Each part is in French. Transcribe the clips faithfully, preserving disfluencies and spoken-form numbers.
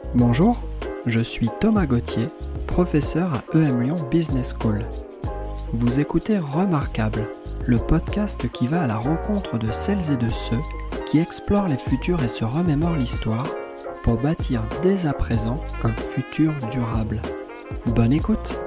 Bonjour, je suis Thomas Gauthier, professeur à E M Lyon Business School. Vous écoutez Remarquable, le podcast qui va à la rencontre de celles et de ceux qui explorent les futurs et se remémorent l'histoire pour bâtir dès à présent un futur durable. Bonne écoute!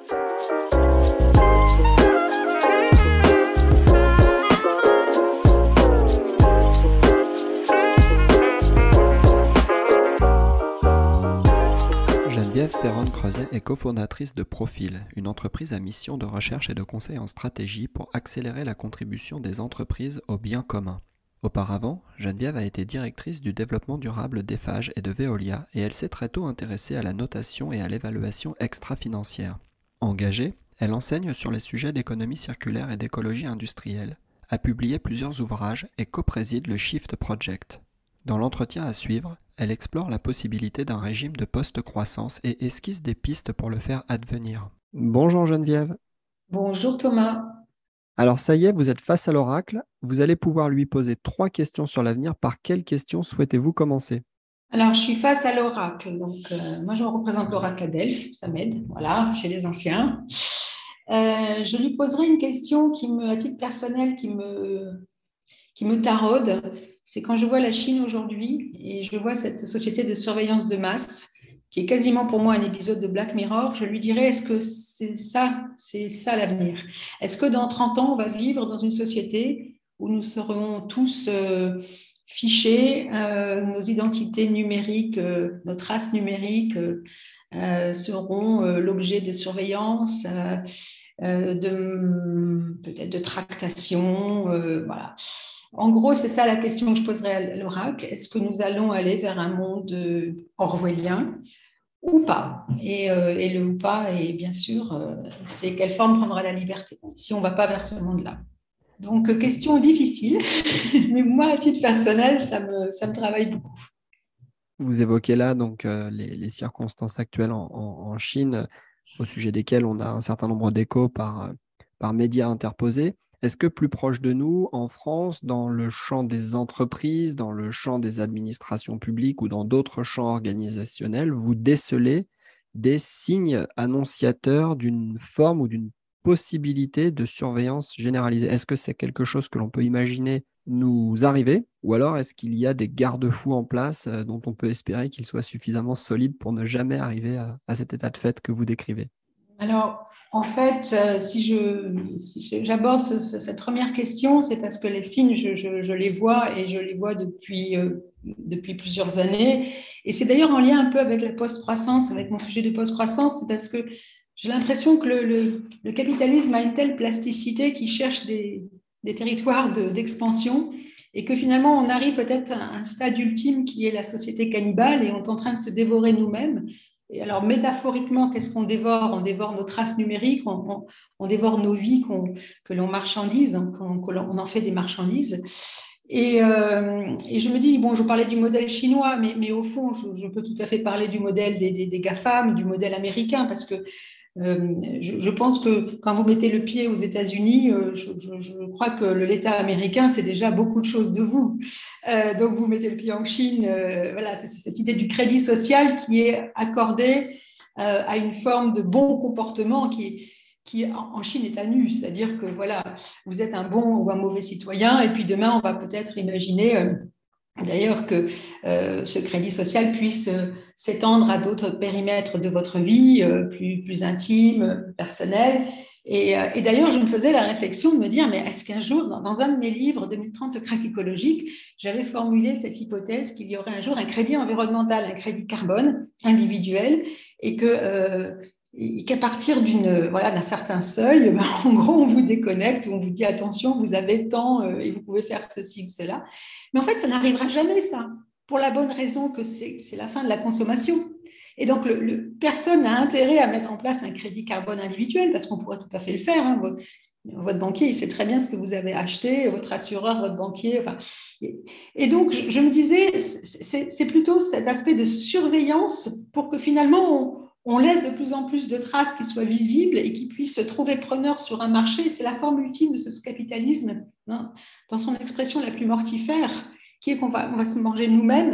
Geneviève Perronne-Creuset est cofondatrice de Profil, une entreprise à mission de recherche et de conseil en stratégie pour accélérer la contribution des entreprises au bien commun. Auparavant, Geneviève a été directrice du développement durable d'Eiffage et de Veolia et elle s'est très tôt intéressée à la notation et à l'évaluation extra-financière. Engagée, elle enseigne sur les sujets d'économie circulaire et d'écologie industrielle, a publié plusieurs ouvrages et co-préside le Shift Project. Dans l'entretien à suivre, elle explore la possibilité d'un régime de post-croissance et esquisse des pistes pour le faire advenir. Bonjour Geneviève. Bonjour Thomas. Alors ça y est, vous êtes face à l'oracle. Vous allez pouvoir lui poser trois questions sur l'avenir. Par quelle question souhaitez-vous commencer ? Alors, je suis face à l'oracle. Donc, euh, moi, je représente l'oracle à Delphes. Ça m'aide, voilà, chez les anciens. Euh, je lui poserai une question qui me, à titre personnel, qui me, qui me taraude. C'est quand je vois la Chine aujourd'hui et je vois cette société de surveillance de masse qui est quasiment pour moi un épisode de Black Mirror, je lui dirais, est-ce que c'est ça, c'est ça l'avenir ? Est-ce que dans trente ans, on va vivre dans une société où nous serons tous euh, fichés, euh, nos identités numériques, euh, nos traces numériques euh, seront euh, l'objet de surveillance, euh, euh, de, peut-être de tractation, euh, voilà. En gros, c'est ça la question que je poserai à l'oracle. Est-ce que nous allons aller vers un monde orwellien ou pas? Et, euh, et le ou pas, et bien sûr, euh, c'est quelle forme prendra la liberté si on ne va pas vers ce monde-là. Donc, euh, question difficile, mais moi, à titre personnel, ça me, ça me travaille beaucoup. Vous évoquez là donc euh, les, les circonstances actuelles en, en, en Chine, au sujet desquelles on a un certain nombre d'échos par, par médias interposés. Est-ce que plus proche de nous, en France, dans le champ des entreprises, dans le champ des administrations publiques ou dans d'autres champs organisationnels, vous décelez des signes annonciateurs d'une forme ou d'une possibilité de surveillance généralisée? Est-ce que c'est quelque chose que l'on peut imaginer nous arriver, ou alors est-ce qu'il y a des garde-fous en place euh, dont on peut espérer qu'ils soient suffisamment solides pour ne jamais arriver à, à cet état de fait que vous décrivez? Alors, en fait, euh, si je, si j'aborde ce, ce, cette première question, c'est parce que les signes, je, je, je les vois et je les vois depuis, euh, depuis plusieurs années. Et c'est d'ailleurs en lien un peu avec la post-croissance, avec mon sujet de post-croissance, c'est parce que j'ai l'impression que le, le, le capitalisme a une telle plasticité qui cherche des, des territoires de, d'expansion et que finalement, on arrive peut-être à un stade ultime qui est la société cannibale et on est en train de se dévorer nous-mêmes. Et alors, métaphoriquement, qu'est-ce qu'on dévore ? On dévore nos traces numériques, on, on, on dévore nos vies qu'on, que l'on marchandise, qu'on, qu'on en fait des marchandises. Et, euh, et je me dis, bon, je parlais du modèle chinois, mais, mais au fond, je, je peux tout à fait parler du modèle des, des, des GAFAM, du modèle américain, parce que euh, je, je pense que quand vous mettez le pied aux États-Unis, euh, je, je, je crois que l'État américain, c'est déjà beaucoup de choses de vous. Euh, donc, vous mettez le pied en Chine, euh, voilà, c'est cette idée du crédit social qui est accordé euh, à une forme de bon comportement qui, qui en Chine est à nu, c'est-à-dire que voilà, vous êtes un bon ou un mauvais citoyen, et puis demain, on va peut-être imaginer euh, d'ailleurs que euh, ce crédit social puisse euh, s'étendre à d'autres périmètres de votre vie, euh, plus, plus intimes, personnels. Et, euh, et d'ailleurs, je me faisais la réflexion de me dire, mais est-ce qu'un jour, dans, dans un de mes livres, deux mille trente, le crack écologique, j'avais formulé cette hypothèse qu'il y aurait un jour un crédit environnemental, un crédit carbone individuel, et que... Euh, et qu'à partir d'une, voilà, d'un certain seuil, ben, en gros, on vous déconnecte, on vous dit attention, vous avez tant euh, et vous pouvez faire ceci ou cela. Mais en fait, ça n'arrivera jamais, ça, pour la bonne raison que c'est, c'est la fin de la consommation. Et donc, le, le, personne n'a intérêt à mettre en place un crédit carbone individuel, parce qu'on pourrait tout à fait le faire. Hein. Votre, votre banquier, il sait très bien ce que vous avez acheté, votre assureur, votre banquier. Enfin, et, et donc, je, je me disais, c'est, c'est plutôt cet aspect de surveillance pour que finalement, on, on laisse de plus en plus de traces qui soient visibles et qui puissent se trouver preneurs sur un marché. C'est la forme ultime de ce capitalisme, hein, dans son expression la plus mortifère, qui est qu'on va, on va se manger nous-mêmes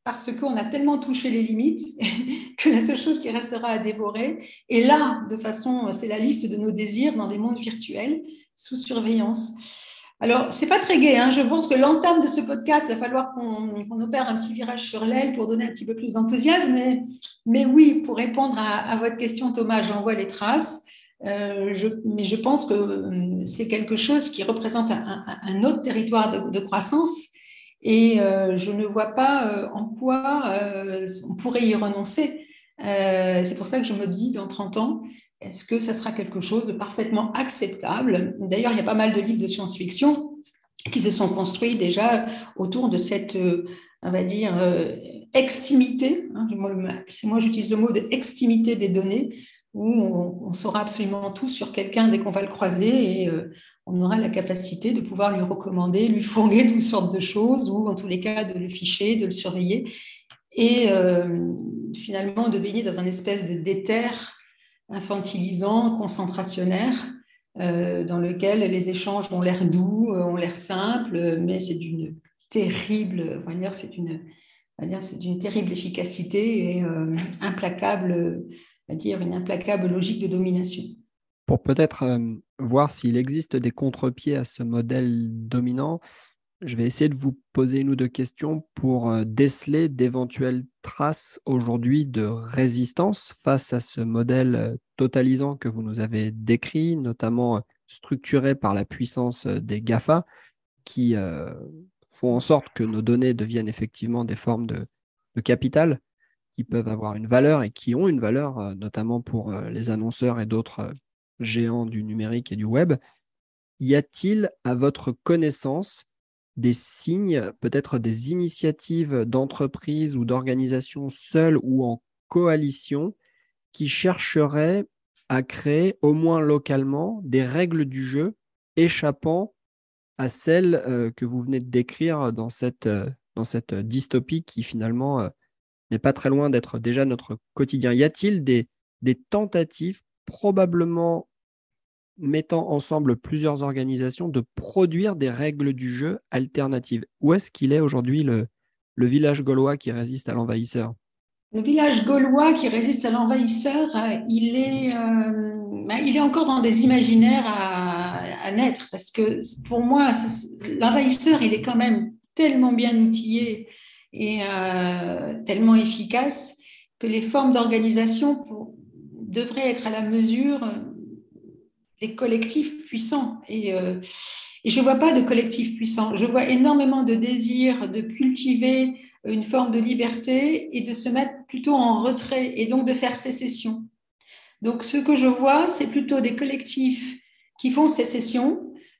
parce qu'on a tellement touché les limites que la seule chose qui restera à dévorer est là, de façon, c'est la liste de nos désirs dans des mondes virtuels sous surveillance. Alors, c'est pas très gai, hein. Je pense que l'entame de ce podcast, il va falloir qu'on, qu'on opère un petit virage sur l'aile pour donner un petit peu plus d'enthousiasme. Mais, mais oui, pour répondre à, à votre question, Thomas, j'en vois les traces. Euh, je, mais je pense que c'est quelque chose qui représente un, un, un autre territoire de, de croissance. Et euh, je ne vois pas euh, en quoi euh, on pourrait y renoncer. Euh, c'est pour ça que je me dis, dans trente ans, est-ce que ça sera quelque chose de parfaitement acceptable? D'ailleurs, il y a pas mal de livres de science-fiction qui se sont construits déjà autour de cette, euh, on va dire, euh, extimité. Hein, c'est moi, j'utilise le mot de extimité des données, où on, on saura absolument tout sur quelqu'un dès qu'on va le croiser et euh, on aura la capacité de pouvoir lui recommander, lui fourguer toutes sortes de choses, ou en tous les cas de le ficher, de le surveiller, et euh, finalement de baigner dans un espèce de déter infantilisant, concentrationnaire, euh, dans lequel les échanges ont l'air doux, euh, ont l'air simples, mais c'est d'une terrible, on va dire, c'est une, on va dire, c'est d'une terrible efficacité et euh, implacable, on va dire, une implacable logique de domination. Pour peut-être euh, voir s'il existe des contre-pieds à ce modèle dominant, je vais essayer de vous poser une ou deux questions pour euh, déceler d'éventuelles traces aujourd'hui de résistance face à ce modèle euh, totalisant que vous nous avez décrit, notamment euh, structuré par la puissance euh, des GAFA, qui euh, font en sorte que nos données deviennent effectivement des formes de, de capital qui peuvent avoir une valeur et qui ont une valeur, euh, notamment pour euh, les annonceurs et d'autres euh, géants du numérique et du web. Y a-t-il, à votre connaissance, des signes, peut-être des initiatives d'entreprises ou d'organisations seules ou en coalition qui chercheraient à créer, au moins localement, des règles du jeu échappant à celles euh, que vous venez de décrire dans cette, euh, dans cette dystopie qui finalement euh, n'est pas très loin d'être déjà notre quotidien. Y a-t-il des, des tentatives probablement mettant ensemble plusieurs organisations de produire des règles du jeu alternatives? Où est-ce qu'il est aujourd'hui le, le village gaulois qui résiste à l'envahisseur? Le village gaulois qui résiste à l'envahisseur, euh, il est, euh, ben, il est encore dans des imaginaires à, à naître, parce que pour moi, l'envahisseur, il est quand même tellement bien outillé et euh, tellement efficace que les formes d'organisation pour- devraient être à la mesure des collectifs puissants. Et, euh, et je ne vois pas de collectifs puissants. Je vois énormément de désir de cultiver une forme de liberté et de se mettre plutôt en retrait et donc de faire sécession. Donc ce que je vois, c'est plutôt des collectifs qui font sécession,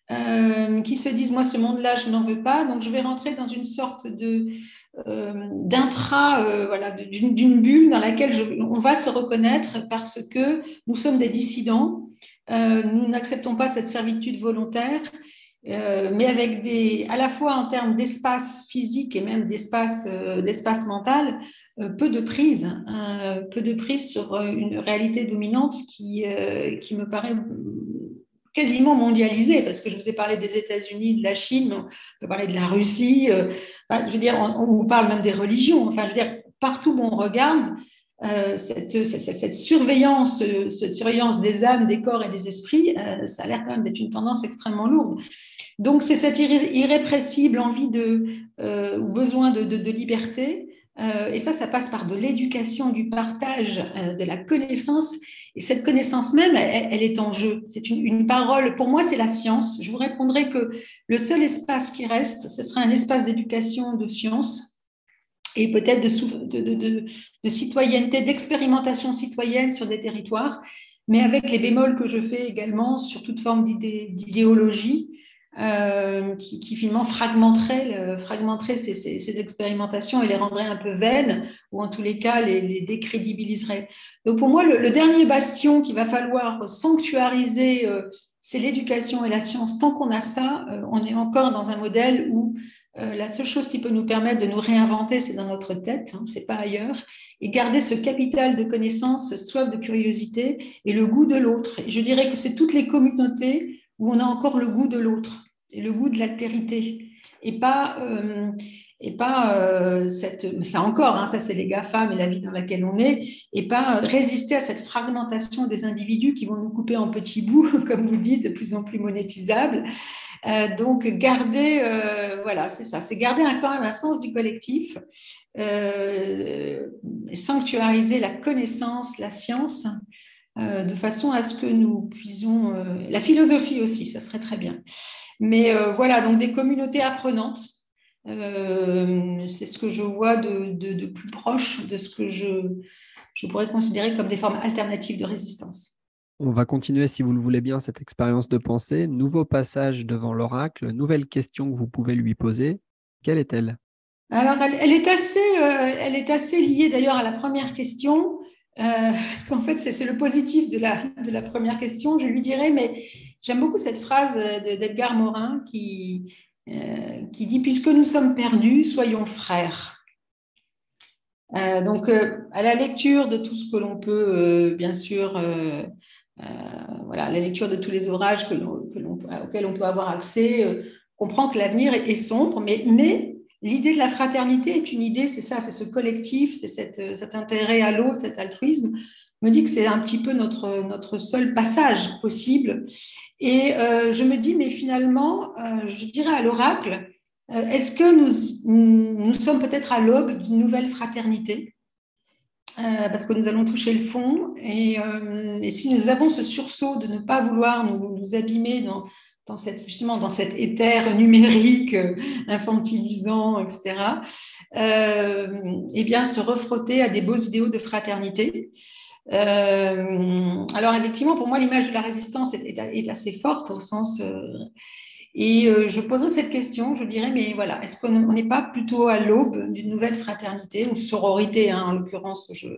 euh, qui se disent, moi, ce monde-là, je n'en veux pas, donc je vais rentrer dans une sorte de, euh, d'intra, euh, voilà, d'une, d'une bulle dans laquelle je, on va se reconnaître parce que nous sommes des dissidents, euh, nous n'acceptons pas cette servitude volontaire, euh, mais avec des, à la fois en termes d'espace physique et même d'espace, euh, d'espace mental, euh, peu de prise, hein, peu de prise sur une réalité dominante qui, euh, qui me paraît quasiment mondialisée, parce que je vous ai parlé des États-Unis, de la Chine, on peut parler de la Russie, euh, je veux dire, on, on parle même des religions, enfin, je veux dire, partout où on regarde, euh, cette, cette, cette, surveillance, cette surveillance des âmes, des corps et des esprits, euh, ça a l'air quand même d'être une tendance extrêmement lourde. Donc, c'est cette irré- irrépressible envie de, euh, ou besoin de, de, de liberté. Euh, et ça, ça passe par de l'éducation, du partage, euh, de la connaissance. Et cette connaissance même, elle, elle est en jeu. C'est une, une parole. Pour moi, c'est la science. Je vous répondrai que le seul espace qui reste, ce sera un espace d'éducation, de science et peut-être de, de, de, de citoyenneté, d'expérimentation citoyenne sur des territoires, mais avec les bémols que je fais également sur toute forme d'idé, d'idéologie. Euh, qui, qui finalement fragmenterait, euh, fragmenterait ces, ces, ces expérimentations et les rendrait un peu vaines, ou en tous les cas les, les décrédibiliserait. Donc pour moi, le, le dernier bastion qu'il va falloir sanctuariser, euh, c'est l'éducation et la science. Tant qu'on a ça, euh, on est encore dans un modèle où euh, la seule chose qui peut nous permettre de nous réinventer, c'est dans notre tête, hein, c'est pas ailleurs, et garder ce capital de connaissances, ce soif de curiosité et le goût de l'autre. Et je dirais que c'est toutes les communautés où on a encore le goût de l'autre et le goût de l'altérité, et pas, euh, et pas euh, cette, ça encore, hein, ça c'est les GAFA, mais la vie dans laquelle on est, et pas résister à cette fragmentation des individus qui vont nous couper en petits bouts, comme vous dites, de plus en plus monétisables. Euh, donc garder, euh, voilà, c'est ça, c'est garder un, quand même un sens du collectif, euh, sanctuariser la connaissance, la science, euh, de façon à ce que nous puissions, euh, la philosophie aussi, ça serait très bien. Mais euh, voilà, donc des communautés apprenantes. Euh, c'est ce que je vois de, de, de plus proche de ce que je, je pourrais considérer comme des formes alternatives de résistance. On va continuer, si vous le voulez bien, cette expérience de pensée. Nouveau passage devant l'oracle, nouvelle question que vous pouvez lui poser. Quelle est-elle? Alors, elle, elle est assez, euh, elle est assez liée d'ailleurs à la première question, euh, parce qu'en fait, c'est, c'est le positif de la, de la première question. Je lui dirais, mais j'aime beaucoup cette phrase de, d'Edgar Morin qui, euh, qui dit « Puisque nous sommes perdus, soyons frères ». Euh, donc, euh, à la lecture de tout ce que l'on peut, euh, bien sûr, euh, euh, voilà, la lecture de tous les ouvrages que l'on, que l'on, auxquels on peut avoir accès, euh, comprend que l'avenir est, est sombre, mais, mais l'idée de la fraternité est une idée, c'est ça, c'est ce collectif, c'est cette, cet intérêt à l'autre, cet altruisme. Je me dis que c'est un petit peu notre, notre seul passage possible. Et euh, je me dis, mais finalement, euh, je dirais à l'oracle, euh, est-ce que nous, nous sommes peut-être à l'aube d'une nouvelle fraternité, euh, parce que nous allons toucher le fond, et, euh, et si nous avons ce sursaut de ne pas vouloir nous, nous abîmer dans, dans cette, justement dans cet éther numérique euh, infantilisant, et cetera, euh, eh bien se refrotter à des beaux idéaux de fraternité. Euh, alors effectivement, pour moi, l'image de la résistance est, est, est assez forte au sens... Euh, et euh, je poserai cette question, je dirais, mais voilà, est-ce qu'on n'est pas plutôt à l'aube d'une nouvelle fraternité, ou sororité, hein, en l'occurrence je...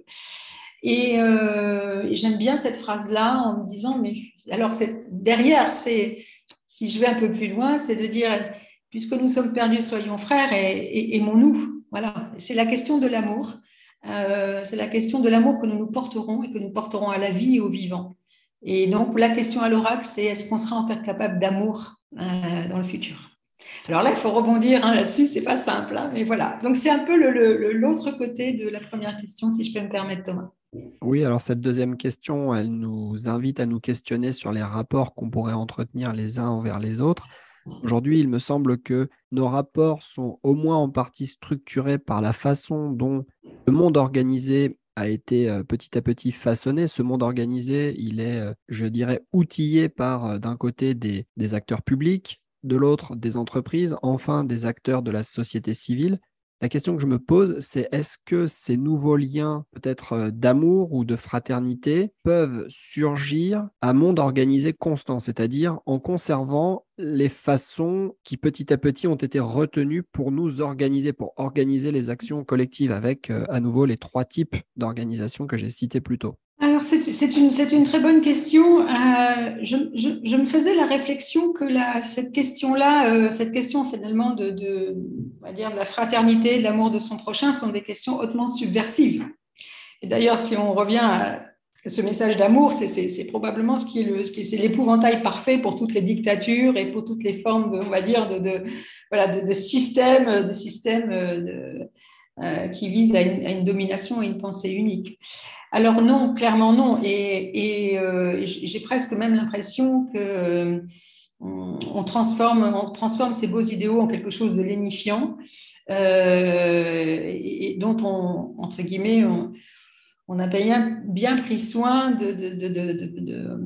Et, euh, et j'aime bien cette phrase-là en me disant, mais alors c'est, derrière, c'est, si je vais un peu plus loin, c'est de dire, puisque nous sommes perdus, soyons frères et, et aimons-nous. Voilà, c'est la question de l'amour. Euh, c'est la question de l'amour que nous nous porterons et que nous porterons à la vie et au vivant. Et donc, la question à l'oracle, c'est est-ce qu'on sera en fait capable d'amour euh, dans le futur? Alors là, il faut rebondir hein, là-dessus, c'est pas simple, hein, mais voilà. Donc, c'est un peu le, le, l'autre côté de la première question, si je peux me permettre, Thomas. Oui, alors cette deuxième question, elle nous invite à nous questionner sur les rapports qu'on pourrait entretenir les uns envers les autres. Aujourd'hui, il me semble que nos rapports sont au moins en partie structurés par la façon dont le monde organisé a été euh, petit à petit façonné. Ce monde organisé, il est, euh, je dirais, outillé par, euh, d'un côté, des, des acteurs publics, de l'autre, des entreprises, enfin des acteurs de la société civile. La question que je me pose, c'est est-ce que ces nouveaux liens, peut-être euh, d'amour ou de fraternité, peuvent surgir à monde organisé constant, c'est-à-dire en conservant les façons qui petit à petit ont été retenues pour nous organiser, pour organiser les actions collectives avec euh, à nouveau les trois types d'organisations que j'ai cités plus tôt. Alors, c'est, c'est, une, c'est une très bonne question. Euh, je, je, je me faisais la réflexion que la, cette question-là, euh, cette question finalement de, de, on va dire de la fraternité, de l'amour de son prochain, sont des questions hautement subversives. Et d'ailleurs, si on revient à ce message d'amour, c'est, c'est, c'est probablement ce qui est, le, ce qui est, c'est l'épouvantail parfait pour toutes les dictatures et pour toutes les formes, de, on va dire, de, de, voilà, de, de systèmes, de systèmes de, euh, qui visent à une, à une domination et une pensée unique. Alors non, clairement non. Et, et euh, j'ai presque même l'impression que euh, on, transforme, on transforme ces beaux idéaux en quelque chose de lénifiant euh, et, et dont on, entre guillemets, on, on a bien, bien pris soin de, de, de, de, de,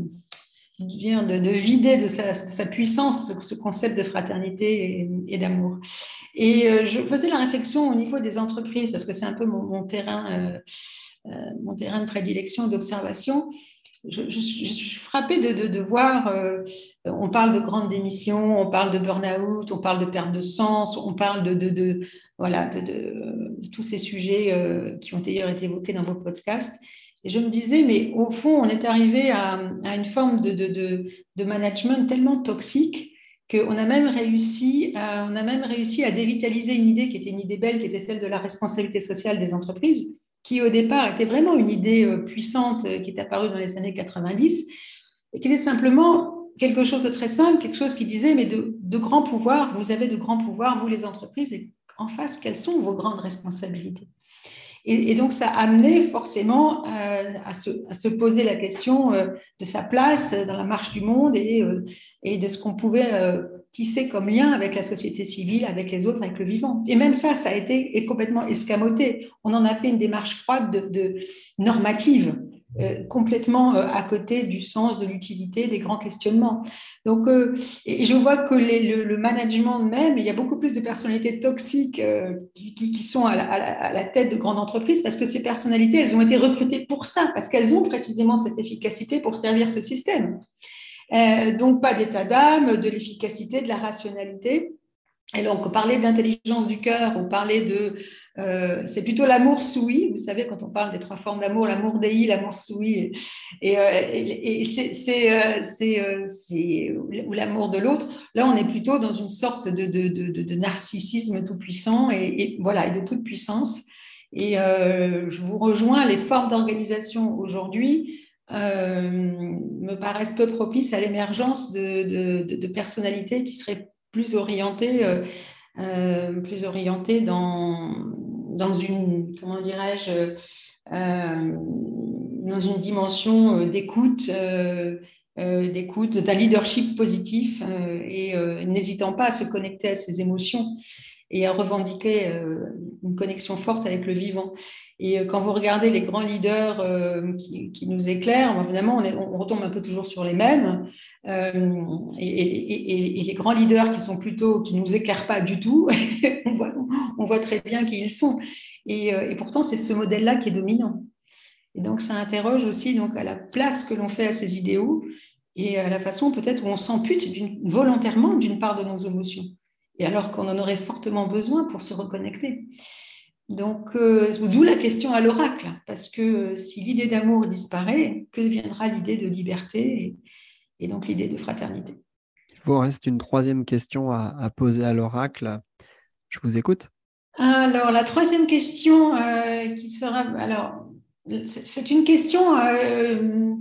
de, de vider de sa, de sa puissance ce, ce concept de fraternité et, et d'amour. Et euh, je faisais la réflexion au niveau des entreprises, parce que c'est un peu mon, mon terrain... Euh, Euh, mon terrain de prédilection, d'observation, je, je, je suis frappée de, de, de voir, euh, on parle de grandes démissions, on parle de burn-out, on parle de perte de sens, on parle de, de, de, voilà, de, de, de tous ces sujets euh, qui ont d'ailleurs été évoqués dans vos podcasts. Et je me disais, mais au fond, on est arrivé à, à une forme de, de, de, de management tellement toxique qu'on a même réussi à, on a même réussi à dévitaliser une idée qui était une idée belle, qui était celle de la responsabilité sociale des entreprises, qui au départ était vraiment une idée puissante qui est apparue dans les années quatre-vingt-dix et qui était simplement quelque chose de très simple, quelque chose qui disait mais de, de grands pouvoirs, vous avez de grands pouvoirs, vous les entreprises, et en face, quelles sont vos grandes responsabilités? Et, et donc, ça a amené forcément euh, à, se, à se poser la question euh, de sa place dans la marche du monde et, euh, et de ce qu'on pouvait euh, tisser comme lien avec la société civile, avec les autres, avec le vivant. Et même ça, ça a été complètement escamoté. On en a fait une démarche froide de, de normative, euh, complètement euh, à côté du sens, de l'utilité, des grands questionnements. Donc, euh, et je vois que les, le, le management même, il y a beaucoup plus de personnalités toxiques euh, qui, qui, qui sont à la, à, la, à la tête de grandes entreprises parce que ces personnalités, elles ont été recrutées pour ça, parce qu'elles ont précisément cette efficacité pour servir ce système. Euh, donc, pas d'état d'âme, de l'efficacité, de la rationalité. Et donc, on parlait d'intelligence du cœur, on parlait de... Euh, c'est plutôt l'amour soui, vous savez, quand on parle des trois formes d'amour, l'amour dei, l'amour soui, et, euh, et, et c'est, c'est, euh, c'est, euh, c'est, ou l'amour de l'autre. Là, on est plutôt dans une sorte de, de, de, de narcissisme tout-puissant, et, et voilà, et de toute puissance. Et euh, je vous rejoins, les formes d'organisation aujourd'hui euh, me paraissent peu propices à l'émergence de, de, de, de personnalités qui seraient plus orienté, euh, euh, plus orienté dans, dans une, comment dirais-je, euh, dans une dimension d'écoute, euh, euh, d'écoute, d'un leadership positif euh, et euh, n'hésitant pas à se connecter à ses émotions et à revendiquer euh, une connexion forte avec le vivant. Et euh, quand vous regardez les grands leaders euh, qui, qui, nous éclairent, évidemment, on, est, on, retombe un peu toujours sur les mêmes. Euh, et, et, et, et les grands leaders qui sont plutôt, qui nous éclairent pas du tout, on, voit, on voit très bien qui ils sont. Et, euh, et pourtant, c'est ce modèle-là qui est dominant. Et donc, ça interroge aussi donc, à la place que l'on fait à ces idéaux et à la façon peut-être où on s'ampute d'une, volontairement d'une part de nos émotions. Et alors qu'on en aurait fortement besoin pour se reconnecter. Donc, euh, d'où la question à l'oracle, parce que euh, si l'idée d'amour disparaît, que deviendra l'idée de liberté et, et donc l'idée de fraternité? Il vous reste une troisième question à, à poser à l'oracle. Je vous écoute. Alors, la troisième question euh, qui sera... Alors, c'est une question... Euh,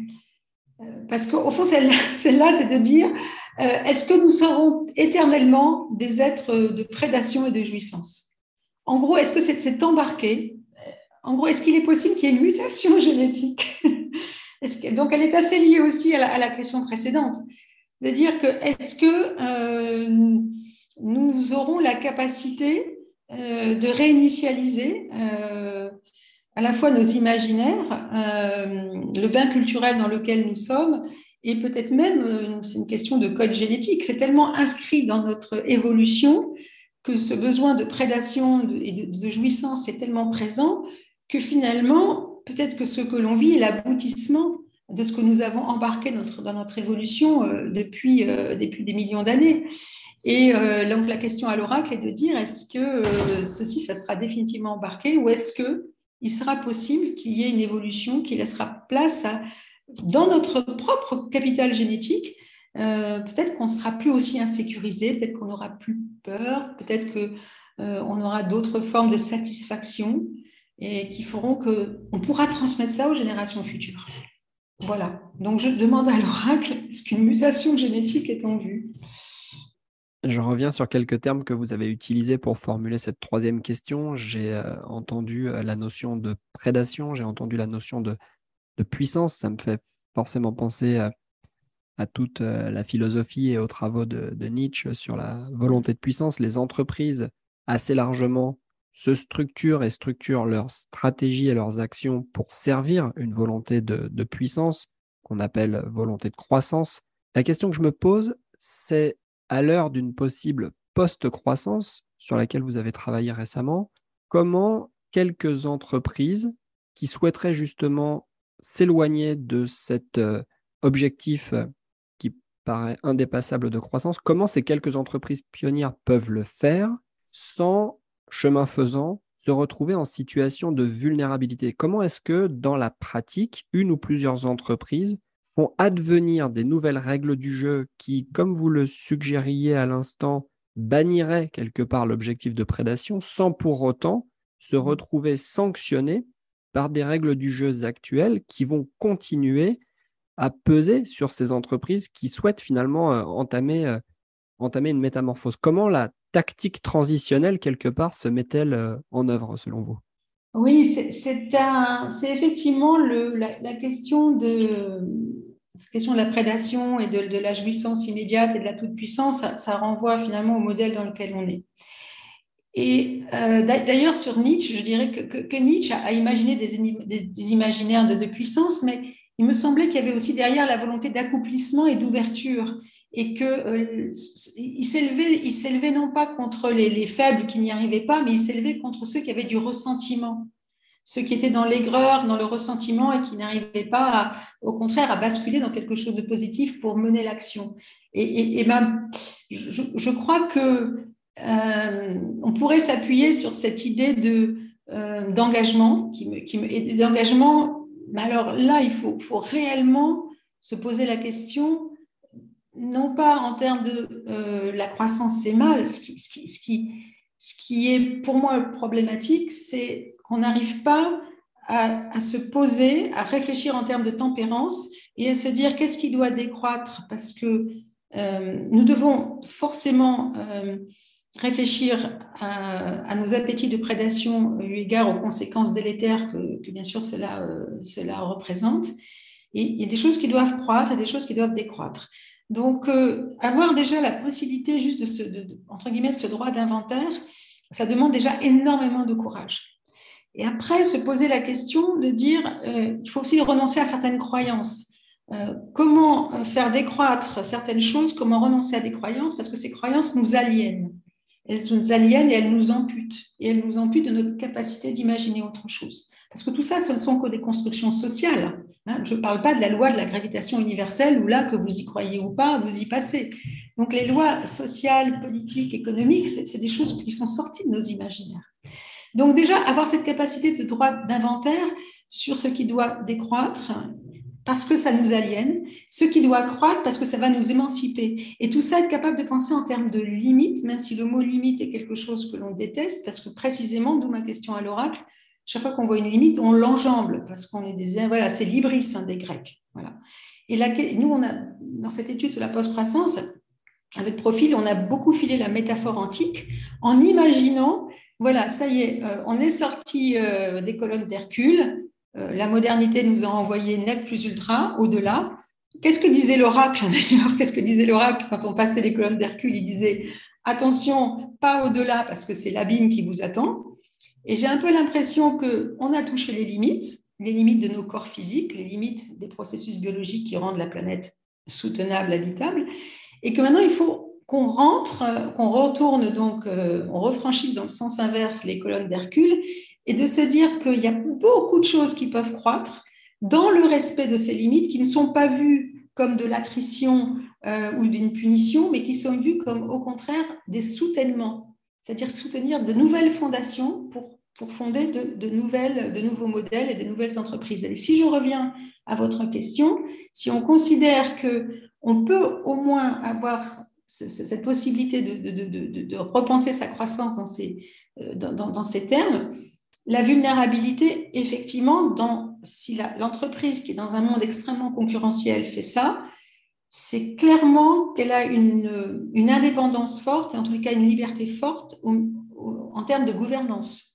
parce qu'au fond, celle-là, celle-là, c'est de dire, euh, est-ce que nous serons éternellement des êtres de prédation et de jouissance? En gros, est-ce que c'est, c'est embarqué? En gros, est-ce qu'il est possible qu'il y ait une mutation génétique? Est-ce que, donc, elle est assez liée aussi à la, à la question précédente. C'est-à-dire que est-ce que euh, nous aurons la capacité euh, de réinitialiser euh, à la fois nos imaginaires, euh, le bain culturel dans lequel nous sommes, et peut-être même, euh, c'est une question de code génétique, c'est tellement inscrit dans notre évolution que ce besoin de prédation et de, de jouissance est tellement présent que finalement, peut-être que ce que l'on vit est l'aboutissement de ce que nous avons embarqué notre, dans notre évolution euh, depuis, euh, depuis des millions d'années. Et euh, donc la question à l'oracle est de dire, est-ce que euh, ceci, ça sera définitivement embarqué ou est-ce qu'il sera possible qu'il y ait une évolution qui laissera place à, dans notre propre capital génétique, euh, peut-être qu'on ne sera plus aussi insécurisé, peut-être qu'on n'aura plus peur, peut-être qu'on euh, aura d'autres formes de satisfaction et qui feront qu'on pourra transmettre ça aux générations futures. Voilà. Donc, je demande à l'oracle, est-ce qu'une mutation génétique est en vue? Je reviens sur quelques termes que vous avez utilisés pour formuler cette troisième question. J'ai euh, entendu euh, la notion de prédation, j'ai entendu la notion de, de puissance. Ça me fait forcément penser à, à toute euh, la philosophie et aux travaux de, de Nietzsche sur la volonté de puissance. Les entreprises, assez largement, se structurent et structurent leurs stratégies et leurs actions pour servir une volonté de, de puissance qu'on appelle volonté de croissance. La question que je me pose, c'est à l'heure d'une possible post-croissance sur laquelle vous avez travaillé récemment, comment quelques entreprises qui souhaiteraient justement s'éloigner de cet euh, objectif euh, qui paraît indépassable de croissance, comment ces quelques entreprises pionnières peuvent le faire sans, chemin faisant, se retrouver en situation de vulnérabilité? Comment est-ce que, dans la pratique, une ou plusieurs entreprises font advenir des nouvelles règles du jeu qui, comme vous le suggériez à l'instant, banniraient quelque part l'objectif de prédation sans pour autant se retrouver sanctionnées par des règles du jeu actuelles qui vont continuer à peser sur ces entreprises qui souhaitent finalement euh, entamer, euh, entamer une métamorphose? Comment la tactique transitionnelle, quelque part, se met-elle euh, en œuvre, selon vous? Oui, c'est c'est un- c'est effectivement le, la, la question de, la question de la prédation et de, de la jouissance immédiate et de la toute-puissance, ça, ça renvoie finalement au modèle dans lequel on est. Et euh, d'ailleurs, sur Nietzsche, je dirais que, que, que Nietzsche a imaginé des, des, des imaginaires de, de puissance, mais il me semblait qu'il y avait aussi derrière la volonté d'accomplissement et d'ouverture, et qu'il euh, s'élevait, il s'élevait non pas contre les, les faibles qui n'y arrivaient pas, mais il s'élevait contre ceux qui avaient du ressentiment, ceux qui étaient dans l'aigreur, dans le ressentiment et qui n'arrivaient pas, à, au contraire, à basculer dans quelque chose de positif pour mener l'action. Et, et, et ben, je, je crois que euh, on pourrait s'appuyer sur cette idée de, euh, d'engagement, qui me, qui me, et d'engagement, mais alors là, il faut, faut réellement se poser la question, non pas en termes de euh, la croissance, c'est mal, ce qui, ce, qui, ce, qui, ce qui est pour moi problématique, c'est qu'on n'arrive pas à, à se poser, à réfléchir en termes de tempérance et à se dire qu'est-ce qui doit décroître, parce que euh, nous devons forcément euh, réfléchir à, à, nos appétits de prédation eu égard aux conséquences délétères que, que bien sûr cela, euh, cela représente. Et il y a des choses qui doivent croître et des choses qui doivent décroître. Donc, euh, avoir déjà la possibilité juste de ce, de, de, entre guillemets, ce droit d'inventaire, ça demande déjà énormément de courage. Et après, se poser la question de dire, euh, il faut aussi renoncer à certaines croyances. Euh, comment faire décroître certaines choses, comment renoncer à des croyances, parce que ces croyances nous aliènent. Elles nous aliènent et elles nous amputent. Et elles nous amputent de notre capacité d'imaginer autre chose. Parce que tout ça, ce ne sont que des constructions sociales. Hein, je ne parle pas de la loi de la gravitation universelle où là, que vous y croyez ou pas, vous y passez. Donc les lois sociales, politiques, économiques, c'est, c'est des choses qui sont sorties de nos imaginaires. Donc déjà, avoir cette capacité de droit d'inventaire sur ce qui doit décroître, parce que ça nous aliène, ce qui doit croître parce que ça va nous émanciper. Et tout ça, être capable de penser en termes de limites, même si le mot limite est quelque chose que l'on déteste, parce que précisément, d'où ma question à l'oracle, chaque fois qu'on voit une limite, on l'enjambe, parce qu'on est des... Voilà, c'est l'hybris hein, des Grecs. Voilà. Et là, nous, on a, dans cette étude sur la post-croissance, avec Profil, on a beaucoup filé la métaphore antique en imaginant, voilà, ça y est, euh, on est sorti euh, des colonnes d'Hercule, euh, la modernité nous a envoyé net plus ultra, au-delà. Qu'est-ce que disait l'oracle d'ailleurs? Qu'est-ce que disait l'oracle quand on passait les colonnes d'Hercule? Il disait, attention, pas au-delà, parce que c'est l'abîme qui vous attend. Et j'ai un peu l'impression qu'on a touché les limites, les limites de nos corps physiques, les limites des processus biologiques qui rendent la planète soutenable, habitable, et que maintenant, il faut qu'on rentre, qu'on retourne, donc, euh, on refranchisse dans le sens inverse les colonnes d'Hercule, et de se dire qu'il y a beaucoup de choses qui peuvent croître dans le respect de ces limites, qui ne sont pas vues comme de l'attrition euh, ou d'une punition, mais qui sont vues comme, au contraire, des soutènements, c'est-à-dire soutenir de nouvelles fondations pour, pour fonder de, de, nouvelles, de nouveaux modèles et de nouvelles entreprises. Et si je reviens à votre question, si on considère qu'on peut au moins avoir cette possibilité de, de, de, de repenser sa croissance dans ces, dans, dans ces termes, la vulnérabilité, effectivement, dans, si la, l'entreprise qui est dans un monde extrêmement concurrentiel fait ça, c'est clairement qu'elle a une, une indépendance forte, et en tout cas une liberté forte au, au, en termes de gouvernance.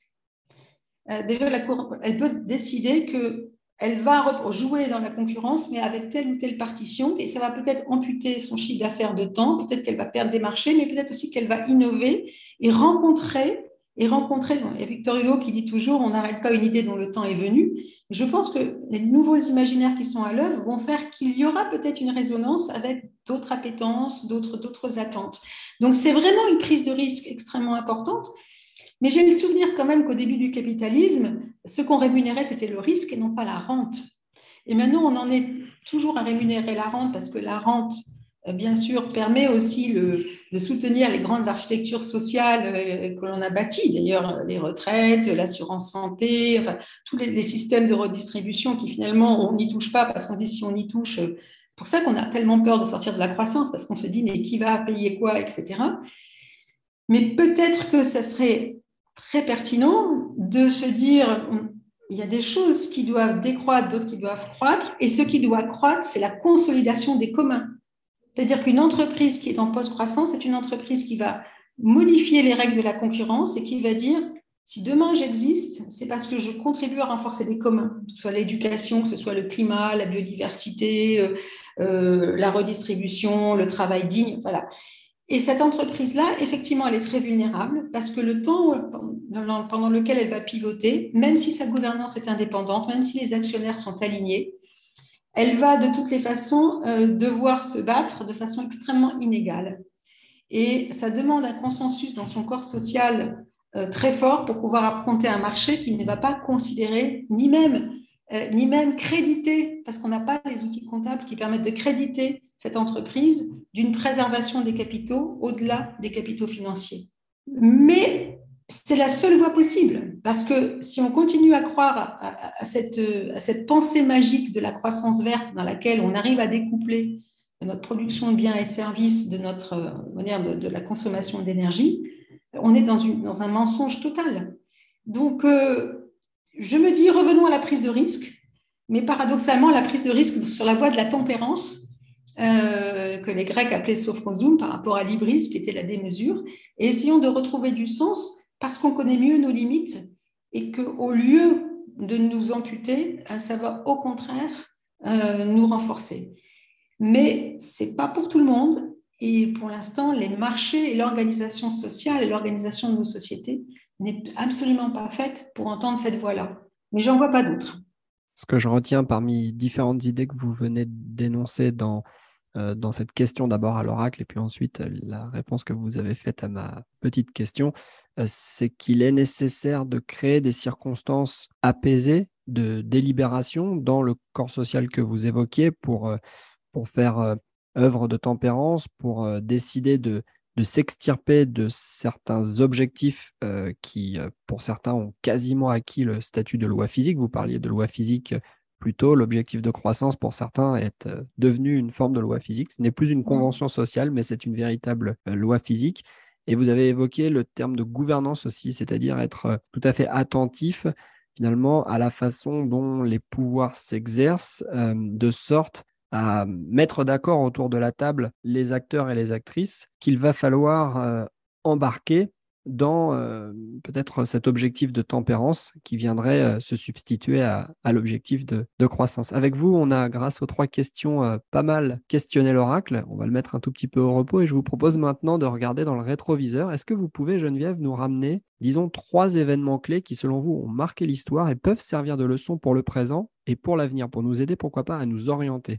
Euh, déjà, la Cour, elle peut décider qu'elle va jouer dans la concurrence, mais avec telle ou telle partition, et ça va peut-être amputer son chiffre d'affaires de temps, peut-être qu'elle va perdre des marchés, mais peut-être aussi qu'elle va innover et rencontrer et rencontrer, il y a Victor Hugo qui dit toujours, on n'arrête pas une idée dont le temps est venu. Je pense que les nouveaux imaginaires qui sont à l'œuvre vont faire qu'il y aura peut-être une résonance avec d'autres appétences, d'autres, d'autres attentes. Donc, c'est vraiment une prise de risque extrêmement importante. Mais j'ai le souvenir quand même qu'au début du capitalisme, ce qu'on rémunérait, c'était le risque et non pas la rente. Et maintenant, on en est toujours à rémunérer la rente parce que la rente, bien sûr, permet aussi le, de soutenir les grandes architectures sociales que l'on a bâties, d'ailleurs les retraites, l'assurance santé, enfin, tous les, les systèmes de redistribution qui finalement, on n'y touche pas parce qu'on dit si on y touche, c'est pour ça qu'on a tellement peur de sortir de la croissance, parce qu'on se dit mais qui va payer quoi, et cetera. Mais peut-être que ça serait très pertinent de se dire il y a des choses qui doivent décroître, d'autres qui doivent croître, et ce qui doit croître, c'est la consolidation des communs. C'est-à-dire qu'une entreprise qui est en post-croissance, c'est une entreprise qui va modifier les règles de la concurrence et qui va dire, si demain j'existe, c'est parce que je contribue à renforcer des communs, que ce soit l'éducation, que ce soit le climat, la biodiversité, euh, euh, la redistribution, le travail digne, voilà. Et cette entreprise-là, effectivement, elle est très vulnérable parce que le temps pendant lequel elle va pivoter, même si sa gouvernance est indépendante, même si les actionnaires sont alignés, elle va de toutes les façons euh, devoir se battre de façon extrêmement inégale. Et ça demande un consensus dans son corps social euh, très fort pour pouvoir affronter un marché qui ne va pas considérer, ni même, euh, ni même créditer, parce qu'on n'a pas les outils comptables qui permettent de créditer cette entreprise d'une préservation des capitaux au-delà des capitaux financiers. Mais c'est la seule voie possible, parce que si on continue à croire à, à, à, cette, à cette pensée magique de la croissance verte dans laquelle on arrive à découpler de notre production de biens et services, de, notre, de, de la consommation d'énergie, on est dans, une, dans un mensonge total. Donc, euh, je me dis, revenons à la prise de risque, mais paradoxalement, la prise de risque sur la voie de la tempérance, euh, que les Grecs appelaient sophrozoum par rapport à l'hybris, qui était la démesure, et essayons de retrouver du sens parce qu'on connaît mieux nos limites et qu'au lieu de nous amputer, ça va au contraire euh, nous renforcer. Mais ce n'est pas pour tout le monde. Et pour l'instant, les marchés et l'organisation sociale et l'organisation de nos sociétés n'est absolument pas faite pour entendre cette voix-là. Mais j'en vois pas d'autres. Ce que je retiens parmi différentes idées que vous venez d'énoncer dans, euh, dans cette question, d'abord à l'oracle et puis ensuite la réponse que vous avez faite à ma petite question, euh, c'est qu'il est nécessaire de créer des circonstances apaisées de délibération dans le corps social que vous évoquiez pour, euh, pour faire euh, œuvre de tempérance, pour euh, décider de, de s'extirper de certains objectifs euh, qui, euh, pour certains, ont quasiment acquis le statut de loi physique. Vous parliez de loi physique plus tôt. L'objectif de croissance, pour certains, est euh, devenu une forme de loi physique. Ce n'est plus une convention sociale, mais c'est une véritable euh, loi physique. Et vous avez évoqué le terme de gouvernance aussi, c'est-à-dire être euh, tout à fait attentif finalement à la façon dont les pouvoirs s'exercent, euh, de sorte à mettre d'accord autour de la table les acteurs et les actrices qu'il va falloir euh, embarquer dans euh, peut-être cet objectif de tempérance qui viendrait euh, se substituer à, à l'objectif de, de croissance. Avec vous, on a, grâce aux trois questions, euh, pas mal questionné l'oracle. On va le mettre un tout petit peu au repos et je vous propose maintenant de regarder dans le rétroviseur. Est-ce que vous pouvez, Geneviève, nous ramener, disons, trois événements clés qui, selon vous, ont marqué l'histoire et peuvent servir de leçon pour le présent et pour l'avenir, pour nous aider, pourquoi pas, à nous orienter?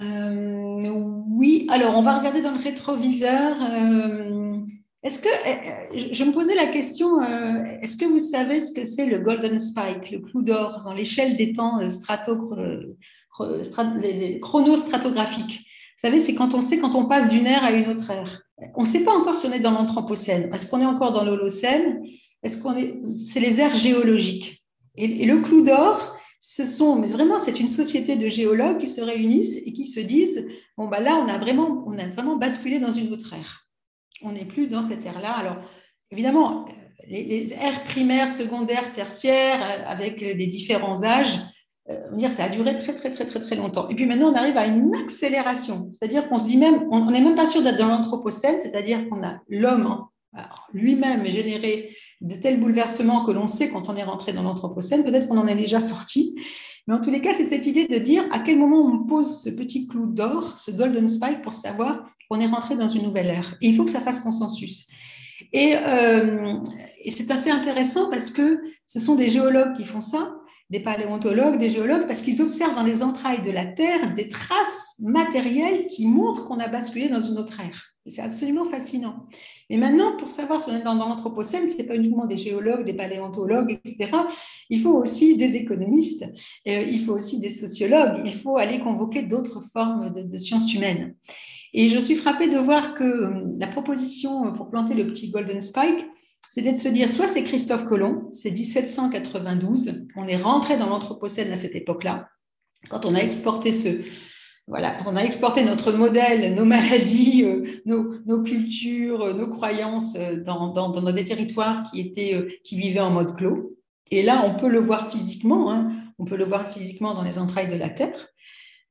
Euh, oui, alors on va regarder dans le rétroviseur. Euh, est-ce que euh, je me posais la question, euh, est-ce que vous savez ce que c'est le Golden Spike, le clou d'or dans l'échelle des temps euh, strato, euh, strat, les, les chronostratigraphiques? Vous savez, c'est quand on sait quand on passe d'une ère à une autre ère. On ne sait pas encore si on est dans l'Anthropocène. Est-ce qu'on est encore dans l'Holocène? Est-ce qu'on est? C'est les ères géologiques. Et, et le clou d'or, ce sont, mais vraiment, c'est une société de géologues qui se réunissent et qui se disent, bon, bah là, on a vraiment, on a vraiment basculé dans une autre ère. On n'est plus dans cette ère-là. Alors, évidemment, les, les ères primaires, secondaires, tertiaires, avec les différents âges, euh, on va dire, ça a duré très, très, très, très, très longtemps. Et puis maintenant, on arrive à une accélération. C'est-à-dire qu'on se dit même, on n'est même pas sûr d'être dans l'Anthropocène, c'est-à-dire qu'on a l'homme lui-même généré de tels bouleversements que l'on sait quand on est rentré dans l'Anthropocène. Peut-être qu'on en est déjà sorti. Mais en tous les cas, c'est cette idée de dire à quel moment on pose ce petit clou d'or, ce golden spike, pour savoir qu'on est rentré dans une nouvelle ère. Et il faut que ça fasse consensus. Et, euh, et c'est assez intéressant parce que ce sont des géologues qui font ça, des paléontologues, des géologues, parce qu'ils observent dans les entrailles de la Terre des traces matérielles qui montrent qu'on a basculé dans une autre ère. Et c'est absolument fascinant. Mais maintenant, pour savoir si on est dans, dans l'Anthropocène, ce n'est pas uniquement des géologues, des paléontologues, et cetera. Il faut aussi des économistes, euh, il faut aussi des sociologues, il faut aller convoquer d'autres formes de, de sciences humaines. Et je suis frappée de voir que la proposition pour planter le petit Golden Spike, c'était de se dire, soit c'est Christophe Colomb, c'est dix-sept cent quatre-vingt-douze, on est rentré dans l'Anthropocène à cette époque-là, quand on a exporté ce... Voilà, quand on a exporté notre modèle, nos maladies, nos, nos cultures, nos croyances dans, dans, dans des territoires qui, étaient, qui vivaient en mode clos. Et là, on peut le voir physiquement, hein, on peut le voir physiquement dans les entrailles de la Terre.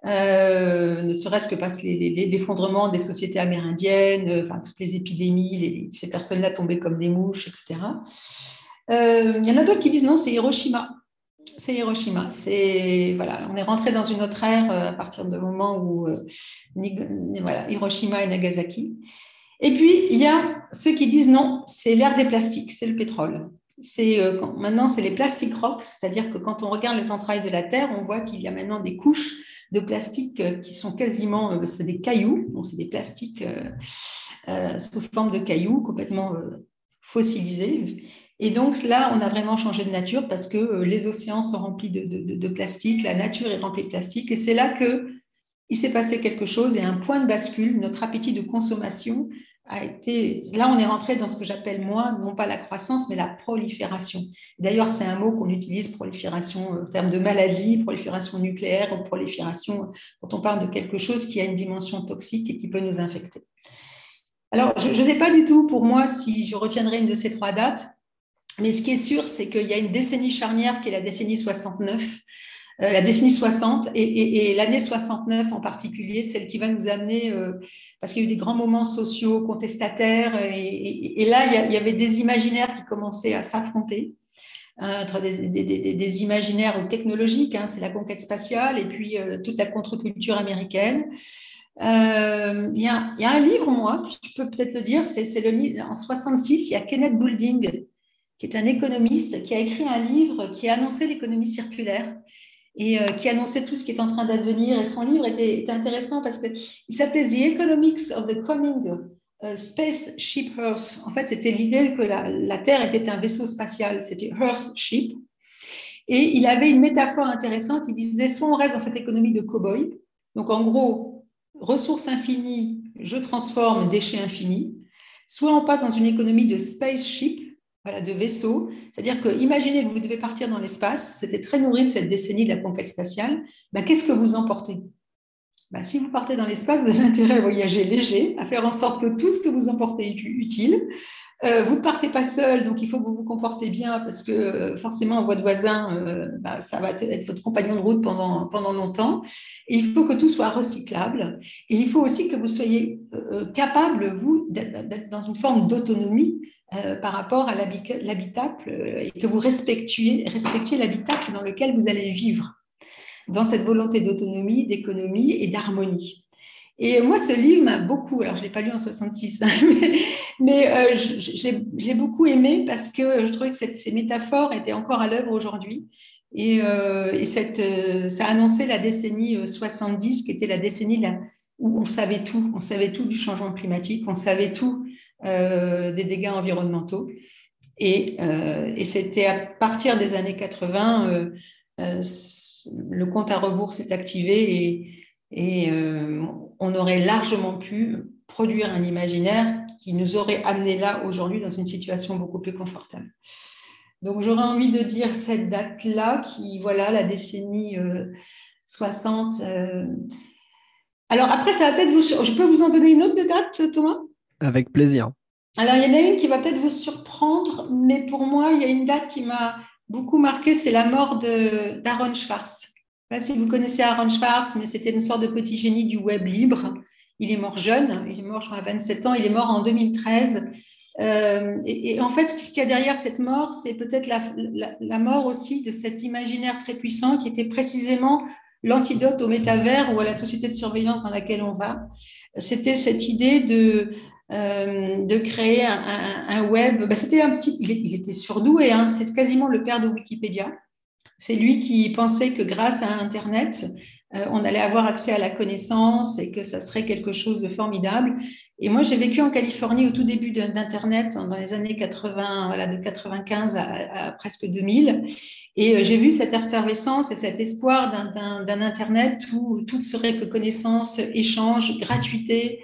euh, ne serait-ce que parce que les, les, l'effondrement des sociétés amérindiennes, euh, enfin, toutes les épidémies, les, ces personnes-là tombaient comme des mouches, et cetera. Euh, il y en a d'autres qui disent non, c'est Hiroshima. C'est Hiroshima. C'est, voilà, on est rentré dans une autre ère euh, à partir du moment où euh, voilà, Hiroshima et Nagasaki. Et puis, il y a ceux qui disent non, c'est l'ère des plastiques, c'est le pétrole. C'est, euh, quand, maintenant, c'est les plastic rocks, c'est-à-dire que quand on regarde les entrailles de la Terre, on voit qu'il y a maintenant des couches de plastique euh, qui sont quasiment, euh, c'est des cailloux, donc c'est des plastiques euh, euh, sous forme de cailloux complètement euh, fossilisés. Et donc là, on a vraiment changé de nature parce que euh, les océans sont remplis de, de, de plastique, la nature est remplie de plastique, et c'est là que il s'est passé quelque chose et un point de bascule, notre appétit de consommation a été, là on est rentré dans ce que j'appelle moi, non pas la croissance, mais la prolifération. D'ailleurs, c'est un mot qu'on utilise, prolifération, en termes de maladie, prolifération nucléaire ou prolifération, quand on parle de quelque chose qui a une dimension toxique et qui peut nous infecter. Alors, je ne sais pas du tout pour moi si je retiendrai une de ces trois dates, mais ce qui est sûr, c'est qu'il y a une décennie charnière qui est la décennie soixante-neuf, Euh, la décennie soixante et, et, et l'année soixante-neuf en particulier, celle qui va nous amener, euh, parce qu'il y a eu des grands moments sociaux, contestataires, et, et, et là, il y, a, il y avait des imaginaires qui commençaient à s'affronter, hein, entre des, des, des, des imaginaires technologiques, hein, c'est la conquête spatiale, et puis euh, toute la contre-culture américaine. Euh, il, y a, il y a un livre, moi, je peux peut-être le dire, c'est, c'est le livre, en soixante-six, il y a Kenneth Boulding, qui est un économiste, qui a écrit un livre qui a annoncé l'économie circulaire, et euh, qui annonçait tout ce qui est en train d'advenir. Et son livre était, était intéressant parce qu'il s'appelait The Economics of the Coming uh, Spaceship Earth. En fait, c'était l'idée que la, la Terre était un vaisseau spatial, c'était Earthship. Et il avait une métaphore intéressante, il disait soit on reste dans cette économie de cow-boy, donc en gros, ressources infinies, je transforme, déchets infinis, soit on passe dans une économie de spaceship, voilà, de vaisseau, c'est-à-dire que imaginez que vous devez partir dans l'espace, c'était très nourri de cette décennie de la conquête spatiale, ben, qu'est-ce que vous emportez? Ben, si vous partez dans l'espace, vous avez intérêt à voyager léger, à faire en sorte que tout ce que vous emportez est utile. Euh, vous ne partez pas seul, donc il faut que vous vous comportez bien parce que euh, forcément, votre voisin, euh, bah, ça va être votre compagnon de route pendant, pendant longtemps. Et il faut que tout soit recyclable. Et il faut aussi que vous soyez euh, capable, vous, d'être, d'être dans une forme d'autonomie euh, par rapport à l'habitacle euh, et que vous respectiez, respectiez l'habitacle dans lequel vous allez vivre, dans cette volonté d'autonomie, d'économie et d'harmonie. Et moi, ce livre m'a beaucoup, alors je ne l'ai pas lu en soixante-six, hein, mais, mais euh, je, je, je l'ai beaucoup aimé parce que je trouvais que cette, ces métaphores étaient encore à l'œuvre aujourd'hui. Et, euh, et cette, euh, ça annonçait la décennie soixante-dix, qui était la décennie là, où on savait tout. On savait tout du changement climatique, on savait tout euh, des dégâts environnementaux. Et, euh, et c'était à partir des années quatre-vingts, euh, euh, le compte à rebours s'est activé et, et euh, on aurait largement pu produire un imaginaire qui nous aurait amené là aujourd'hui dans une situation beaucoup plus confortable. Donc j'aurais envie de dire cette date-là, qui voilà la décennie euh, soixante. Euh... Alors après, ça va peut-être vous. Je peux vous en donner une autre de date, Thomas? Avec plaisir. Alors il y en a une qui va peut-être vous surprendre, mais pour moi, il y a une date qui m'a beaucoup marquée, c'est la mort de, d'Aaron Swartz. Je ne sais pas si vous connaissez Aaron Swartz, mais c'était une sorte de petit génie du web libre. Il est mort jeune, il est mort, je crois, à vingt-sept ans, il est mort en deux mille treize. Euh, et, et en fait, ce qu'il y a derrière cette mort, c'est peut-être la, la, la mort aussi de cet imaginaire très puissant qui était précisément l'antidote au métavers ou à la société de surveillance dans laquelle on va. C'était cette idée de, euh, de créer un, un, un web. Ben, c'était un petit, il, il était surdoué, hein, c'est quasiment le père de Wikipédia. C'est lui qui pensait que grâce à Internet, euh, on allait avoir accès à la connaissance et que ça serait quelque chose de formidable. Et moi, j'ai vécu en Californie au tout début d'Internet, dans les années quatre-vingts, voilà, de quatre-vingt-quinze à, à presque deux mille. Et euh, j'ai vu cette effervescence et cet espoir d'un, d'un, d'un Internet où tout serait que connaissance, échange, gratuité,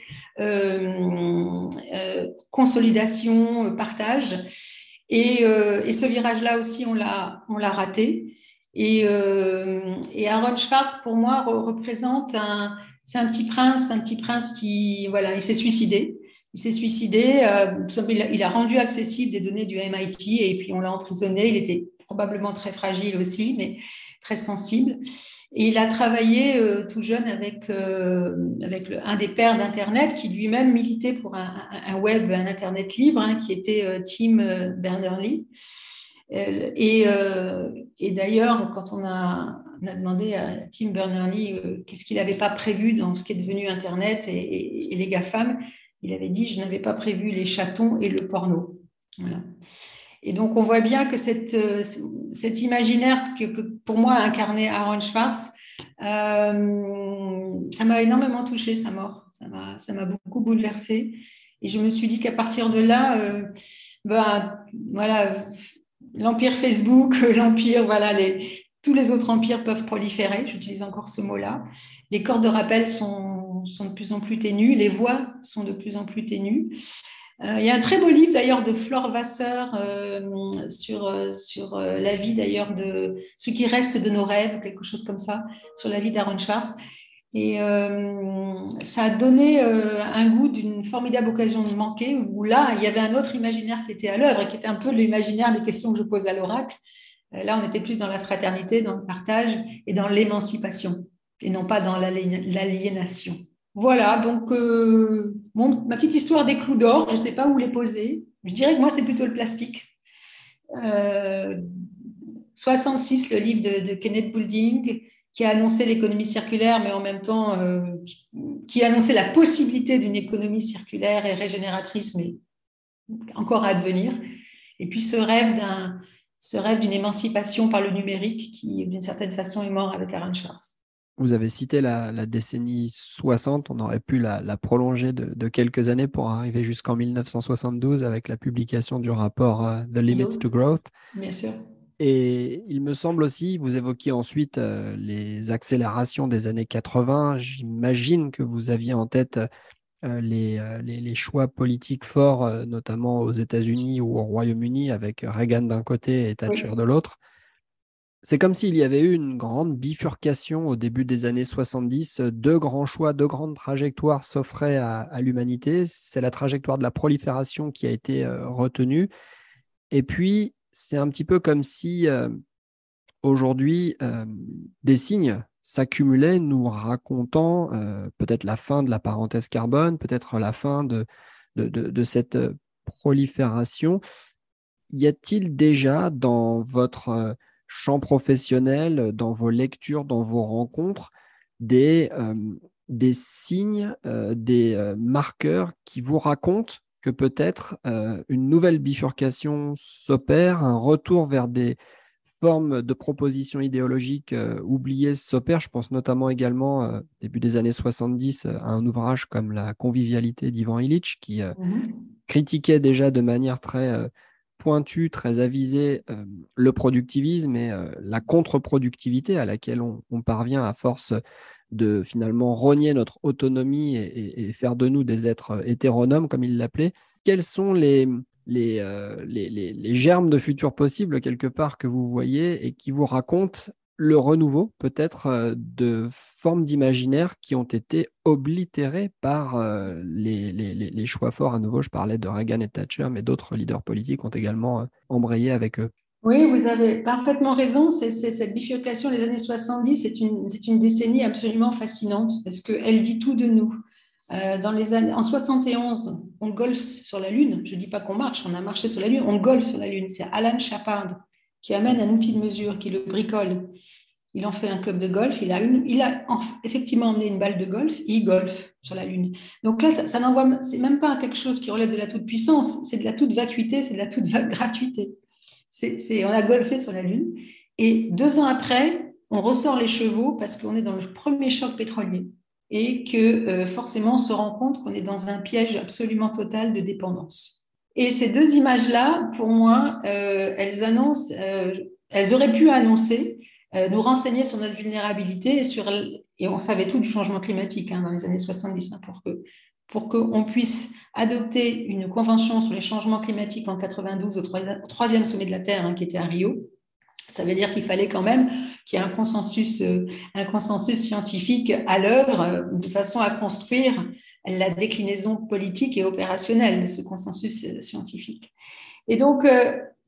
euh, euh, consolidation, partage. Et, euh, et ce virage-là aussi, on l'a, on l'a raté. Et, euh, et Aaron Swartz, pour moi, re- représente un, c'est un petit prince, un petit prince qui, voilà, il s'est suicidé. Il s'est suicidé. Euh, il, a, il a rendu accessible des données du M I T et puis on l'a emprisonné. Il était probablement très fragile aussi, mais très sensible. Et il a travaillé euh, tout jeune avec, euh, avec le, un des pères d'Internet qui lui-même militait pour un, un, un web, un Internet libre, hein, qui était euh, Tim Berners-Lee. Euh, et, euh, et d'ailleurs, quand on a, on a demandé à Tim Berners-Lee euh, qu'est-ce qu'il n'avait pas prévu dans ce qui est devenu Internet et, et, et les GAFAM, il avait dit « je n'avais pas prévu les chatons et le porno ». Voilà. Et donc, on voit bien que cette, cet imaginaire que, que pour moi a incarné Aaron Swartz, euh, ça m'a énormément touchée, sa mort. Ça m'a, ça m'a beaucoup bouleversée. Et je me suis dit qu'à partir de là, euh, ben, voilà, l'empire Facebook, l'empire, voilà, les, tous les autres empires peuvent proliférer. J'utilise encore ce mot-là. Les cordes de rappel sont, sont de plus en plus ténues, les voix sont de plus en plus ténues. Euh, il y a un très beau livre d'ailleurs de Flore Vasseur euh, sur, sur euh, la vie d'ailleurs de ce qui reste de nos rêves, quelque chose comme ça, sur la vie d'Aaron Swartz. Et euh, ça a donné euh, un goût d'une formidable occasion de manquer, où là, il y avait un autre imaginaire qui était à l'œuvre, qui était un peu l'imaginaire des questions que je pose à l'oracle. Euh, là, on était plus dans la fraternité, dans le partage et dans l'émancipation, et non pas dans l'aliénation. Voilà, donc euh, mon, ma petite histoire des clous d'or, je ne sais pas où les poser. Je dirais que moi, c'est plutôt le plastique. Euh, soixante-six, le livre de, de Kenneth Boulding, qui a annoncé l'économie circulaire, mais en même temps, euh, qui a annoncé la possibilité d'une économie circulaire et régénératrice, mais encore à advenir. Et puis ce rêve d'un, ce rêve d'une émancipation par le numérique, qui, d'une certaine façon, est mort avec Aaron Swartz. Vous avez cité la, la décennie soixante, on aurait pu la, la prolonger de, de quelques années pour arriver jusqu'en mille neuf cent soixante-douze avec la publication du rapport uh, The Limits to Growth. Bien sûr. Et il me semble aussi, vous évoquiez ensuite euh, les accélérations des années quatre-vingts. J'imagine que vous aviez en tête euh, les, euh, les, les choix politiques forts, euh, notamment aux États-Unis ou au Royaume-Uni, avec Reagan d'un côté et Thatcher Oui. de l'autre. C'est comme s'il y avait eu une grande bifurcation au début des années soixante-dix. Deux grands choix, deux grandes trajectoires s'offraient à, à l'humanité. C'est la trajectoire de la prolifération qui a été euh, retenue. Et puis, c'est un petit peu comme si euh, aujourd'hui, euh, des signes s'accumulaient nous racontant euh, peut-être la fin de la parenthèse carbone, peut-être la fin de, de, de, de cette prolifération. Y a-t-il déjà dans votre euh, champ professionnel, dans vos lectures, dans vos rencontres, des, euh, des signes, euh, des euh, marqueurs qui vous racontent que peut-être euh, une nouvelle bifurcation s'opère, un retour vers des formes de propositions idéologiques euh, oubliées s'opère? Je pense notamment également, euh, début des années soixante-dix, à un ouvrage comme La convivialité d'Ivan Illich, qui euh, Mm-hmm. critiquait déjà de manière très euh, pointue, très avisée, euh, le productivisme et euh, la contre-productivité à laquelle on, on parvient à force de finalement rogner notre autonomie et, et, et faire de nous des êtres hétéronomes, comme il l'appelait. Quels sont les, les, euh, les, les, les germes de futur possible, quelque part, que vous voyez et qui vous racontent le renouveau, peut-être, euh, de formes d'imaginaire qui ont été oblitérées par euh, les, les, les choix forts? À nouveau, je parlais de Reagan et de Thatcher, mais d'autres leaders politiques ont également euh, embrayé avec eux. Oui, vous avez parfaitement raison. C'est, c'est, cette bifurcation des années soixante-dix, c'est une, c'est une décennie absolument fascinante parce qu'elle dit tout de nous. Euh, dans les années, en soixante et onze, on golfe sur la Lune. Je ne dis pas qu'on marche, on a marché sur la Lune, on golfe sur la Lune. C'est Alan Shepard qui amène un outil de mesure, qui le bricole. Il en fait un club de golf. Il a, une, il a effectivement emmené une balle de golf et il golfe sur la Lune. Donc là, ça, ça n'envoie, c'est même pas quelque chose qui relève de la toute-puissance, c'est de la toute-vacuité, c'est de la toute-gratuité. C'est, c'est, on a golfé sur la Lune. Et deux ans après, on ressort les chevaux parce qu'on est dans le premier choc pétrolier et que euh, forcément, on se rend compte qu'on est dans un piège absolument total de dépendance. Et ces deux images-là, pour moi, euh, elles annoncent, euh, elles auraient pu annoncer, euh, nous renseigner sur notre vulnérabilité et, sur, et on savait tout du changement climatique hein, dans les années soixante-dix hein, pour que pour qu'on puisse adopter une convention sur les changements climatiques en quatre-vingt-douze au troisième sommet de la Terre hein, qui était à Rio. Ça veut dire qu'il fallait quand même qu'il y ait un consensus, un consensus scientifique à l'œuvre de façon à construire la déclinaison politique et opérationnelle de ce consensus scientifique. Et donc,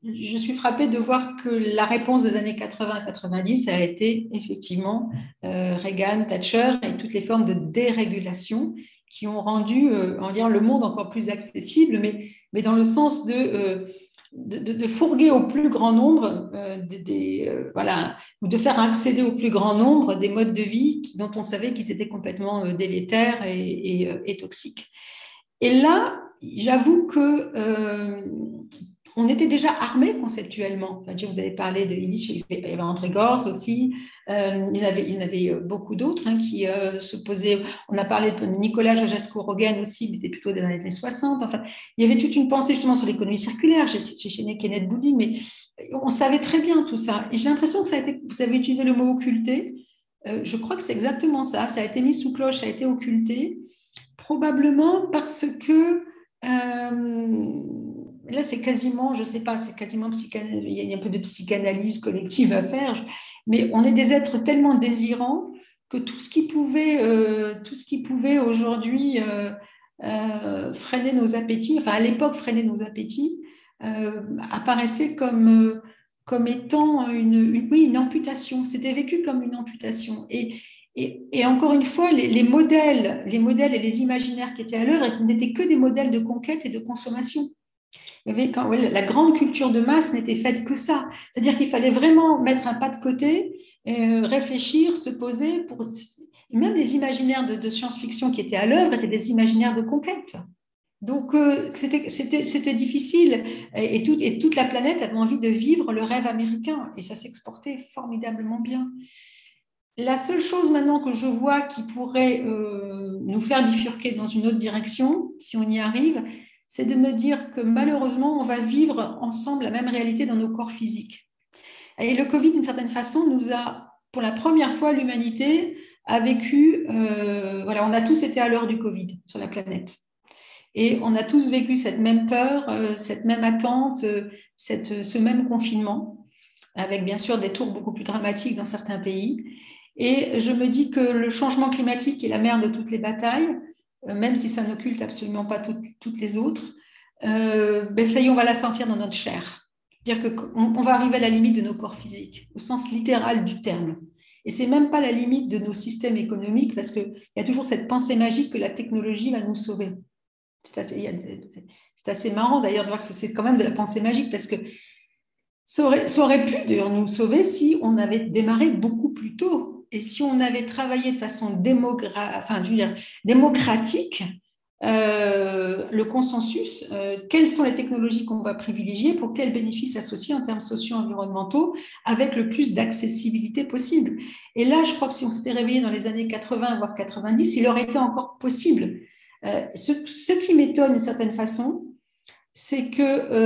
je suis frappée de voir que la réponse des années quatre-vingts à quatre-vingt-dix a été effectivement euh, Reagan, Thatcher et toutes les formes de dérégulation qui ont rendu euh, en dire, le monde encore plus accessible, mais, mais dans le sens de, euh, de, de, de fourguer au plus grand nombre, euh, des, des, euh, voilà, ou de faire accéder au plus grand nombre des modes de vie qui, dont on savait qu'ils étaient complètement euh, délétères et, et, euh, et toxiques. Et là, j'avoue que euh, on était déjà armés conceptuellement. Enfin, vous avez parlé de Illich, il y avait André Gorz aussi, euh, il, y avait, il y en avait beaucoup d'autres hein, qui euh, se posaient. On a parlé de Nicolas Jajasko-Rogan aussi, mais c'était plutôt dans les années soixante. Enfin, il y avait toute une pensée justement sur l'économie circulaire chez, chez Kenneth Boulding, mais on savait très bien tout ça. Et j'ai l'impression que ça a été, vous avez utilisé le mot occulté. Euh, je crois que c'est exactement ça. Ça a été mis sous cloche, ça a été occulté, probablement parce que euh, là, c'est quasiment, je ne sais pas, c'est quasiment psychanalyse, il y a un peu de psychanalyse collective à faire, mais on est des êtres tellement désirants que tout ce qui pouvait, euh, tout ce qui pouvait aujourd'hui euh, euh, freiner nos appétits, enfin à l'époque freiner nos appétits, euh, apparaissait comme, euh, comme étant une, une, oui, une amputation. C'était vécu comme une amputation. Et, et, et encore une fois, les, les, modèles, les modèles et les imaginaires qui étaient à l'œuvre n'étaient que des modèles de conquête et de consommation. Il y avait quand, ouais, la grande culture de masse n'était faite que ça. C'est-à-dire qu'il fallait vraiment mettre un pas de côté, euh, réfléchir, se poser. Pour... Même les imaginaires de, de science-fiction qui étaient à l'œuvre étaient des imaginaires de conquête. Donc, euh, c'était, c'était, c'était difficile. Et, et, tout, et toute la planète avait envie de vivre le rêve américain. Et ça s'exportait formidablement bien. La seule chose maintenant que je vois qui pourrait euh, nous faire bifurquer dans une autre direction, si on y arrive, c'est de me dire que malheureusement, on va vivre ensemble la même réalité dans nos corps physiques. Et le Covid, d'une certaine façon, nous a, pour la première fois, l'humanité a vécu, euh, voilà, on a tous été à l'heure du Covid sur la planète. Et on a tous vécu cette même peur, euh, cette même attente, euh, cette, ce même confinement, avec bien sûr des tours beaucoup plus dramatiques dans certains pays. Et je me dis que le changement climatique est la mère de toutes les batailles, euh, même si ça n'occulte absolument pas toutes, toutes les autres. Euh, ben ça y est, on va la sentir dans notre chair. C'est-à-dire qu'on on va arriver à la limite de nos corps physiques, au sens littéral du terme. Et ce n'est même pas la limite de nos systèmes économiques, parce qu'il y a toujours cette pensée magique que la technologie va nous sauver. C'est assez, c'est assez marrant d'ailleurs de voir que c'est quand même de la pensée magique, parce que ça aurait, ça aurait pu d'ailleurs nous sauver si on avait démarré beaucoup plus tôt et si on avait travaillé de façon démogra- enfin, je veux dire, démocratique euh, le consensus, euh, quelles sont les technologies qu'on va privilégier, pour quels bénéfices associés en termes socio-environnementaux, avec le plus d'accessibilité possible. Et là, je crois que si on s'était réveillé dans les années quatre-vingts, voire quatre-vingt-dix, il aurait été encore possible. Euh, ce, ce qui m'étonne d'une certaine façon, c'est que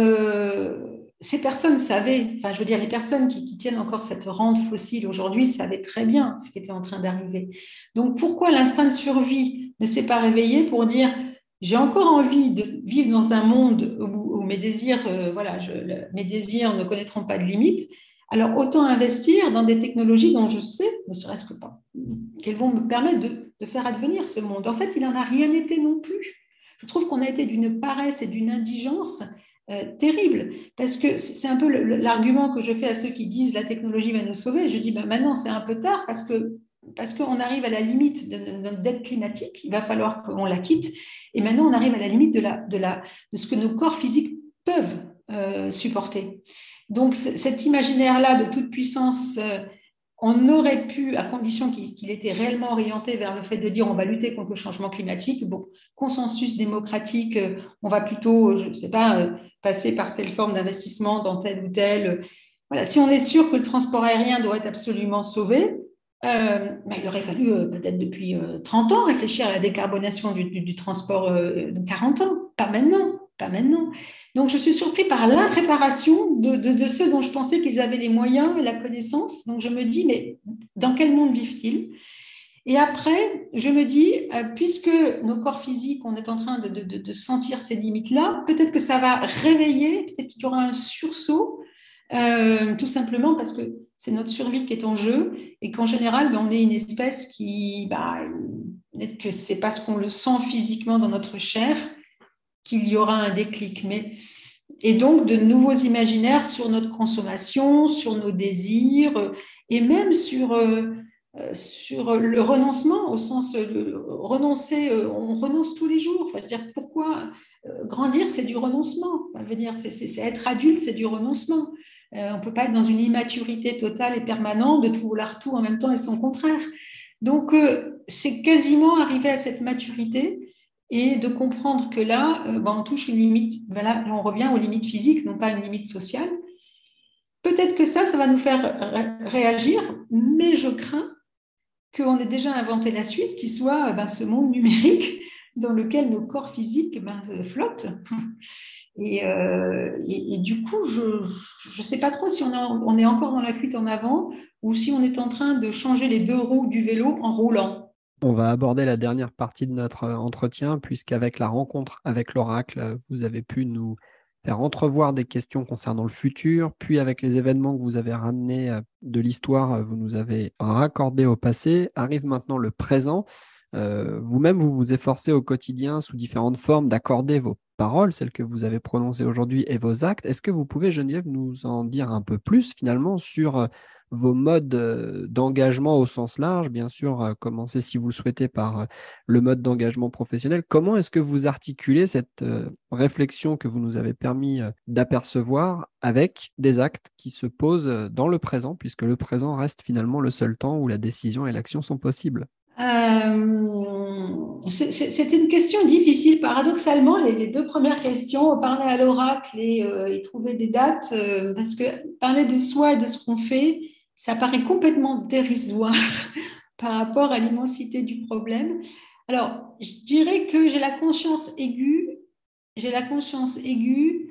euh, ces personnes savaient, enfin je veux dire les personnes qui, qui tiennent encore cette rente fossile aujourd'hui savaient très bien ce qui était en train d'arriver. Donc pourquoi l'instinct de survie ne s'est pas réveillé pour dire j'ai encore envie de vivre dans un monde où, où mes désirs, euh, voilà, je, le, mes désirs ne connaîtront pas de limites. Alors autant investir dans des technologies dont je sais, ne serait-ce que pas, qu'elles vont me permettre de, de faire advenir ce monde. En fait, il n'en a rien été non plus. Je trouve qu'on a été d'une paresse et d'une indigence euh, terrible, parce que c'est un peu le, l'argument que je fais à ceux qui disent la technologie va nous sauver. Je dis ben maintenant c'est un peu tard, parce que parce qu'on arrive à la limite de notre dette climatique, il va falloir qu'on la quitte, et maintenant on arrive à la limite de, la, de, la, de ce que nos corps physiques peuvent euh, supporter. Donc cet imaginaire-là de toute puissance, euh, on aurait pu, à condition qu'il, qu'il était réellement orienté vers le fait de dire on va lutter contre le changement climatique, bon, consensus démocratique, on va plutôt, je ne sais pas, passer par telle forme d'investissement dans telle ou telle. Voilà, si on est sûr que le transport aérien doit être absolument sauvé, euh, ben, il aurait fallu euh, peut-être depuis euh, trente ans réfléchir à la décarbonation du, du, du transport euh, de quarante ans, pas maintenant. Pas maintenant. Donc, je suis surpris par l'impréparation de, de, de ceux dont je pensais qu'ils avaient les moyens et la connaissance. Donc, je me dis, mais dans quel monde vivent-ils ? Et après, je me dis, euh, puisque nos corps physiques, on est en train de, de, de sentir ces limites-là, peut-être que ça va réveiller, peut-être qu'il y aura un sursaut, euh, tout simplement parce que c'est notre survie qui est en jeu et qu'en général, ben, on est une espèce qui, bah, peut-être que c'est parce qu'on le sent physiquement dans notre chair qu'il y aura un déclic. Mais et donc de nouveaux imaginaires sur notre consommation, sur nos désirs, et même sur, euh, sur le renoncement, au sens de renoncer, on renonce tous les jours. Enfin, je veux dire, pourquoi grandir, c'est du renoncement. Enfin, je veux dire, c'est, c'est, c'est être adulte, c'est du renoncement. Euh, on ne peut pas être dans une immaturité totale et permanente de tout vouloir tout en même temps et son contraire. Donc, euh, c'est quasiment arriver à cette maturité et de comprendre que là, euh, ben, on touche une limite. Ben là, on revient aux limites physiques, non pas à une limite sociale. Peut-être que ça, ça va nous faire ré- réagir, mais je crains qu'on ait déjà inventé la suite, qui soit ben, ce monde numérique dans lequel nos corps physiques ben, flottent. Et, euh, et, et, du coup, je ne sais pas trop si on, a, on est encore dans la fuite en avant ou si on est en train de changer les deux roues du vélo en roulant. On va aborder la dernière partie de notre euh, entretien, puisqu'avec la rencontre avec l'oracle, euh, vous avez pu nous faire entrevoir des questions concernant le futur, puis avec les événements que vous avez ramenés euh, de l'histoire, euh, vous nous avez raccordé au passé, arrive maintenant le présent. Euh, vous-même, vous vous efforcez au quotidien sous différentes formes d'accorder vos paroles, celles que vous avez prononcées aujourd'hui, et vos actes. Est-ce que vous pouvez, Geneviève, nous en dire un peu plus finalement sur euh, vos modes euh, d'engagement au sens large, bien sûr, euh, commencer si vous le souhaitez par euh, le mode d'engagement professionnel. Comment est-ce que vous articulez cette euh, réflexion que vous nous avez permis euh, d'apercevoir avec des actes qui se posent euh, dans le présent, puisque le présent reste finalement le seul temps où la décision et l'action sont possibles? Euh, c'est, c'est, c'était une question difficile. Paradoxalement, les, les deux premières questions, parler à l'oracle et, euh, et trouver des dates, euh, parce que parler de soi et de ce qu'on fait, ça paraît complètement dérisoire par rapport à l'immensité du problème. Alors, je dirais que j'ai la conscience aiguë, j'ai la conscience aiguë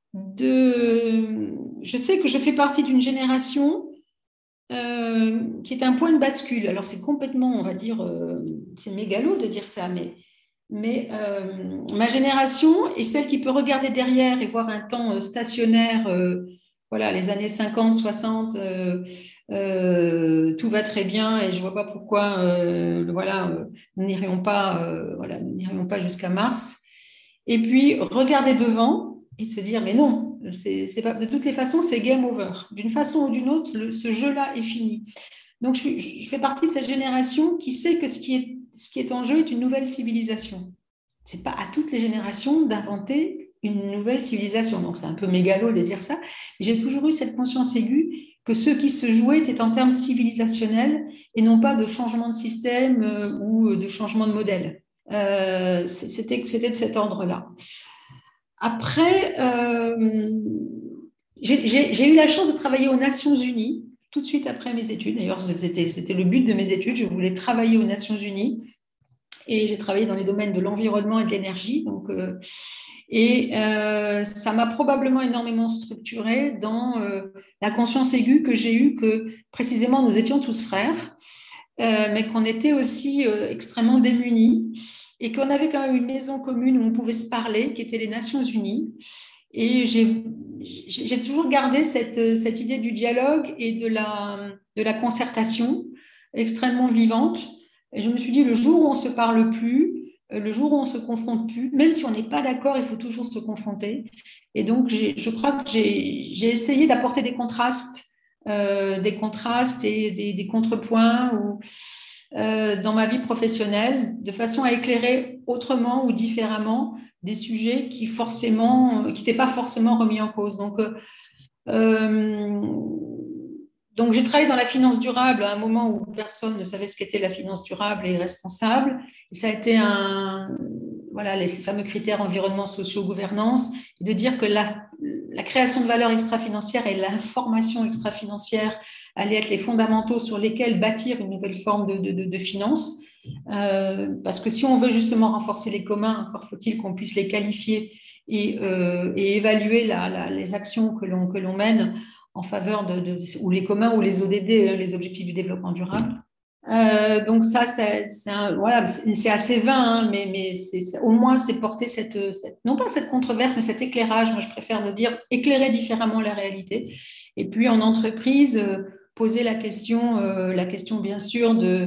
de... Je sais que je fais partie d'une génération euh, qui est un point de bascule. Alors, c'est complètement, on va dire, euh, c'est mégalo de dire ça, mais, mais euh, ma génération est celle qui peut regarder derrière et voir un temps stationnaire, euh, voilà, les années cinquante, soixante, euh, euh, tout va très bien et je ne vois pas pourquoi, euh, voilà, euh, nous n'irions pas, euh, voilà, nous n'irions pas jusqu'à Mars. Et puis, regarder devant et se dire, mais non, c'est, c'est pas, de toutes les façons, c'est game over. D'une façon ou d'une autre, le, ce jeu-là est fini. Donc, je, je, fais partie de cette génération qui sait que ce qui est, ce qui est en jeu est une nouvelle civilisation. Ce n'est pas à toutes les générations d'inventer une nouvelle civilisation. Donc, c'est un peu mégalo de dire ça. Mais j'ai toujours eu cette conscience aiguë que ce qui se jouait était en termes civilisationnels et non pas de changement de système euh, ou de changement de modèle. Euh, c'était, c'était de cet ordre-là. Après, euh, j'ai, j'ai, j'ai eu la chance de travailler aux Nations Unies tout de suite après mes études. D'ailleurs, c'était, c'était le but de mes études. Je voulais travailler aux Nations Unies et j'ai travaillé dans les domaines de l'environnement et de l'énergie. Donc, euh, et euh, ça m'a probablement énormément structurée dans euh, la conscience aiguë que j'ai eue que précisément nous étions tous frères, euh, mais qu'on était aussi euh, extrêmement démunis et qu'on avait quand même une maison commune où on pouvait se parler, qui était les Nations Unies. Et j'ai, j'ai toujours gardé cette, cette idée du dialogue et de la, de la concertation extrêmement vivante. Et je me suis dit, le jour où on ne se parle plus, le jour où on ne se confronte plus, même si on n'est pas d'accord, il faut toujours se confronter. Et donc, j'ai, je crois que j'ai, j'ai essayé d'apporter des contrastes, euh, des contrastes et des, des contrepoints ou, euh, dans ma vie professionnelle, de façon à éclairer autrement ou différemment des sujets qui forcément, qui n'étaient pas forcément remis en cause. Donc, euh, donc j'ai travaillé dans la finance durable à un moment où personne ne savait ce qu'était la finance durable et responsable. Et ça a été un, voilà, les fameux critères environnement, sociaux, gouvernance, et de dire que la, la création de valeur extra-financière et l'information extra-financière allaient être les fondamentaux sur lesquels bâtir une nouvelle forme de, de, de, de finance. Euh, parce que si on veut justement renforcer les communs, encore faut-il qu'on puisse les qualifier et, euh, et évaluer la, la, les actions que l'on, que l'on mène en faveur de, de, de, ou les communs ou les O D D, les objectifs du développement durable. Euh, donc ça, c'est, c'est, un, voilà, c'est assez vain, hein, mais, mais c'est, au moins c'est porter cette, cette, non pas cette controverse, mais cet éclairage. Moi, je préfère me dire éclairer différemment la réalité. Et puis en entreprise, euh, poser la question, euh, la question bien sûr de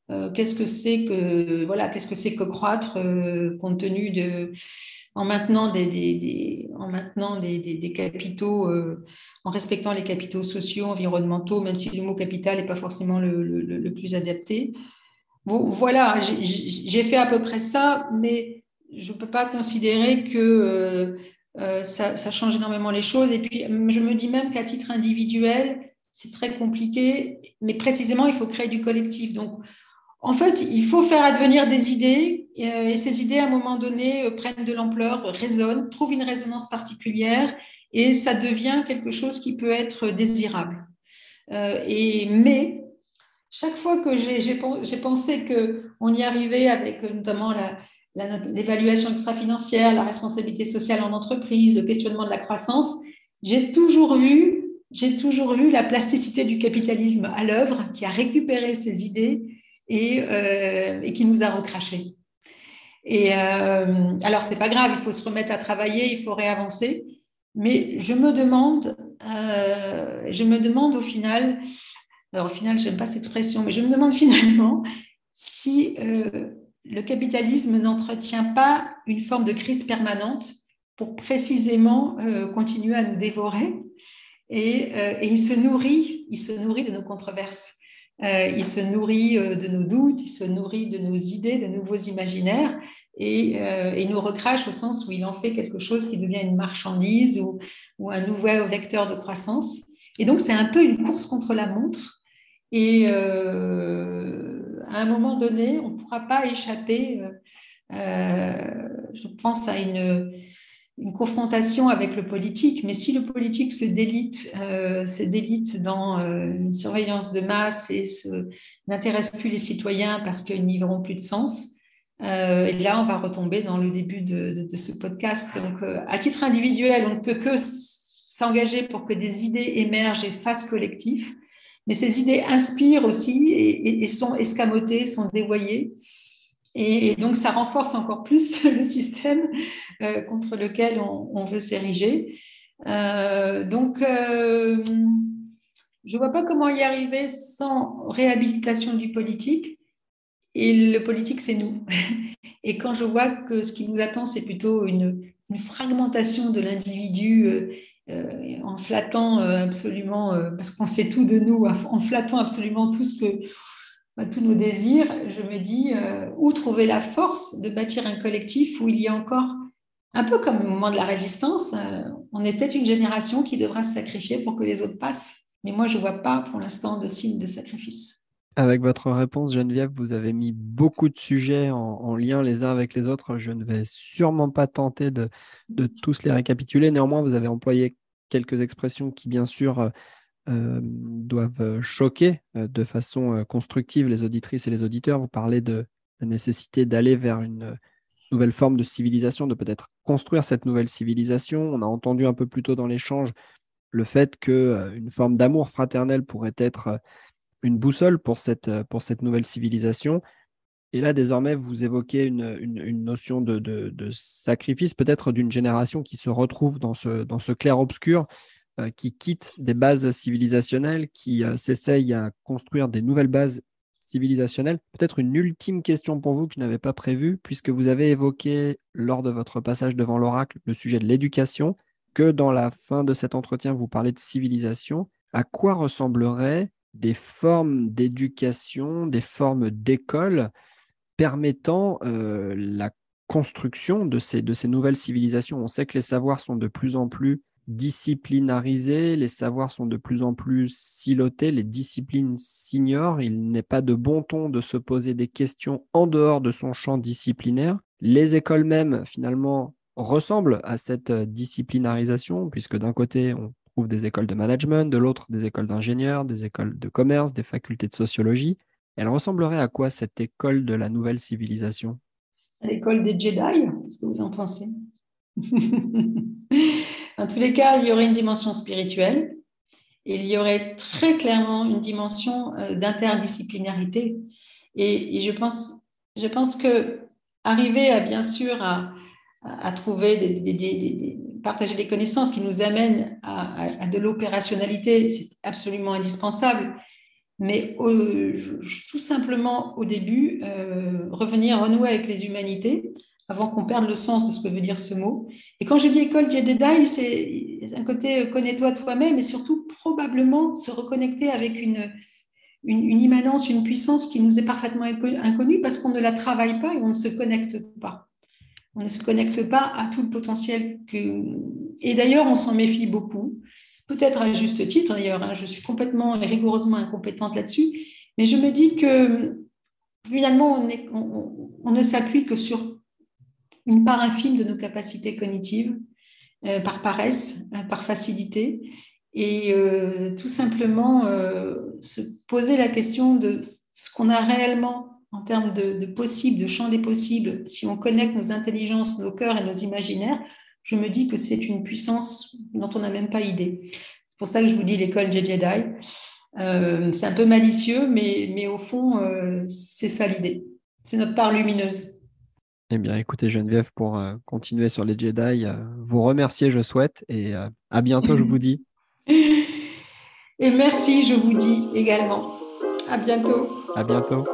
euh, qu'est-ce que c'est que voilà, qu'est-ce que c'est que croître euh, compte tenu de en maintenant des, des, des en maintenant des, des, des capitaux, euh, en respectant les capitaux sociaux, environnementaux, même si le mot capital n'est pas forcément le, le, le plus adapté. Bon, voilà, j'ai fait à peu près ça, mais je ne peux pas considérer que euh, euh, ça, ça change énormément les choses. Et puis, je me dis même qu'à titre individuel, c'est très compliqué, mais précisément, il faut créer du collectif. Donc, en fait, il faut faire advenir des idées, euh, et ces idées, à un moment donné, euh, prennent de l'ampleur, résonnent, trouvent une résonance particulière, et ça devient quelque chose qui peut être désirable. Euh, et, mais chaque fois que j'ai, j'ai, j'ai pensé qu'on y arrivait avec notamment la, la, l'évaluation extra-financière, la responsabilité sociale en entreprise, le questionnement de la croissance, j'ai toujours vu, j'ai toujours vu la plasticité du capitalisme à l'œuvre, qui a récupéré ces idées et, euh, et qui nous a recrachés. Et euh, alors, c'est pas grave, il faut se remettre à travailler, il faut réavancer. Mais je me demande, euh, je me demande au final, alors au final, je n'aime pas cette expression, mais je me demande finalement si euh, le capitalisme n'entretient pas une forme de crise permanente pour précisément euh, continuer à nous dévorer. Et, euh, et il se nourrit, il se nourrit de nos controverses. Euh, il se nourrit euh, de nos doutes, il se nourrit de nos idées, de nouveaux imaginaires, et, euh, et nous recrache au sens où il en fait quelque chose qui devient une marchandise ou, ou un nouvel vecteur de croissance. Et donc, c'est un peu une course contre la montre. Et euh, à un moment donné, on ne pourra pas échapper, euh, je pense, à une, une confrontation avec le politique. Mais si le politique se délite, euh, se délite dans euh, une surveillance de masse et se, n'intéresse plus les citoyens parce qu'ils n'y verront plus de sens, euh, et là, on va retomber dans le début de, de, de ce podcast. Donc, euh, à titre individuel, on ne peut que s'engager pour que des idées émergent et fassent collectif. Mais ces idées inspirent aussi et, et, et sont escamotées, sont dévoyées. Et, et, donc, ça renforce encore plus le système euh, contre lequel on, on veut s'ériger. Euh, donc, euh, je ne vois pas comment y arriver sans réhabilitation du politique. Et le politique, c'est nous. Et quand je vois que ce qui nous attend, c'est plutôt une, une fragmentation de l'individu euh, euh, en flattant euh, absolument, euh, parce qu'on sait tout de nous, en flattant absolument tout ce que, bah, tous nos désirs, je me dis euh, où trouver la force de bâtir un collectif où il y a encore, un peu comme au moment de la résistance, euh, on est peut-être une génération qui devra se sacrifier pour que les autres passent. Mais moi, je ne vois pas pour l'instant de signe de sacrifice. Avec votre réponse, Geneviève, vous avez mis beaucoup de sujets en, en lien les uns avec les autres. Je ne vais sûrement pas tenter de, de tous les récapituler. Néanmoins, vous avez employé quelques expressions qui, bien sûr, euh, doivent choquer euh, de façon euh, constructive les auditrices et les auditeurs. Vous parlez de la nécessité d'aller vers une nouvelle forme de civilisation, de peut-être construire cette nouvelle civilisation. On a entendu un peu plus tôt dans l'échange le fait qu'une forme d'amour fraternel pourrait être euh, une boussole pour cette, euh, pour cette nouvelle civilisation. Et là, désormais, vous évoquez une, une, une notion de, de, de sacrifice, peut-être d'une génération qui se retrouve dans ce, dans ce clair-obscur, euh, qui quitte des bases civilisationnelles, qui euh, s'essaye à construire des nouvelles bases civilisationnelles. Peut-être une ultime question pour vous que je n'avais pas prévue, puisque vous avez évoqué lors de votre passage devant l'oracle le sujet de l'éducation, que dans la fin de cet entretien, vous parlez de civilisation. À quoi ressembleraient des formes d'éducation, des formes d'école permettant euh, la construction de ces, de ces nouvelles civilisations? On sait que les savoirs sont de plus en plus disciplinarisés, les savoirs sont de plus en plus silotés, les disciplines s'ignorent, il n'est pas de bon ton de se poser des questions en dehors de son champ disciplinaire. Les écoles mêmes, finalement, ressemblent à cette disciplinarisation, puisque d'un côté, on trouve des écoles de management, de l'autre, des écoles d'ingénieurs, des écoles de commerce, des facultés de sociologie. Elle ressemblerait à quoi cette école de la nouvelle civilisation? À l'école des Jedi, qu'est-ce que vous en pensez? En tous les cas, il y aurait une dimension spirituelle et il y aurait très clairement une dimension euh, d'interdisciplinarité. Et, et je pense, je pense que arriver à bien sûr à, à trouver des, des, des, des, partager des connaissances qui nous amènent à, à, à de l'opérationnalité, c'est absolument indispensable. mais au, je, tout simplement au début, euh, revenir renouer avec les humanités avant qu'on perde le sens de ce que veut dire ce mot. Et quand je dis école Jedi, c'est un côté connais-toi toi-même, et surtout probablement se reconnecter avec une, une, une immanence, une puissance qui nous est parfaitement inconnue parce qu'on ne la travaille pas et on ne se connecte pas. On ne se connecte pas à tout le potentiel que... Et d'ailleurs, on s'en méfie beaucoup, peut-être à juste titre d'ailleurs, hein, je suis complètement et rigoureusement incompétente là-dessus, mais je me dis que finalement, on, est, on, on ne s'appuie que sur une part infime de nos capacités cognitives, euh, par paresse, euh, par facilité, et euh, tout simplement euh, se poser la question de ce qu'on a réellement en termes de, de possible, de champ des possibles, si on connecte nos intelligences, nos cœurs et nos imaginaires, je me dis que c'est une puissance dont on n'a même pas idée. C'est pour ça que je vous dis l'école Jedi. Euh, c'est un peu malicieux, mais, mais au fond, euh, c'est ça l'idée. C'est notre part lumineuse. Eh bien, écoutez, Geneviève, pour euh, continuer sur les Jedi, euh, vous remercier, je souhaite, et euh, à bientôt, je vous dis. Et merci, je vous dis également. À bientôt. À bientôt.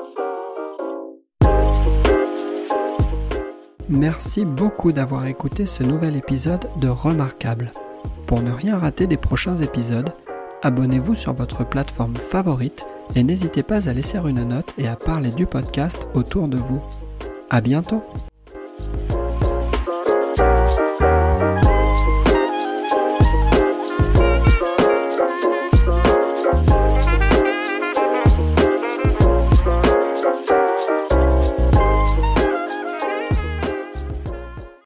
Merci beaucoup d'avoir écouté ce nouvel épisode de Remarquable. Pour ne rien rater des prochains épisodes, abonnez-vous sur votre plateforme favorite et n'hésitez pas à laisser une note et à parler du podcast autour de vous. À bientôt!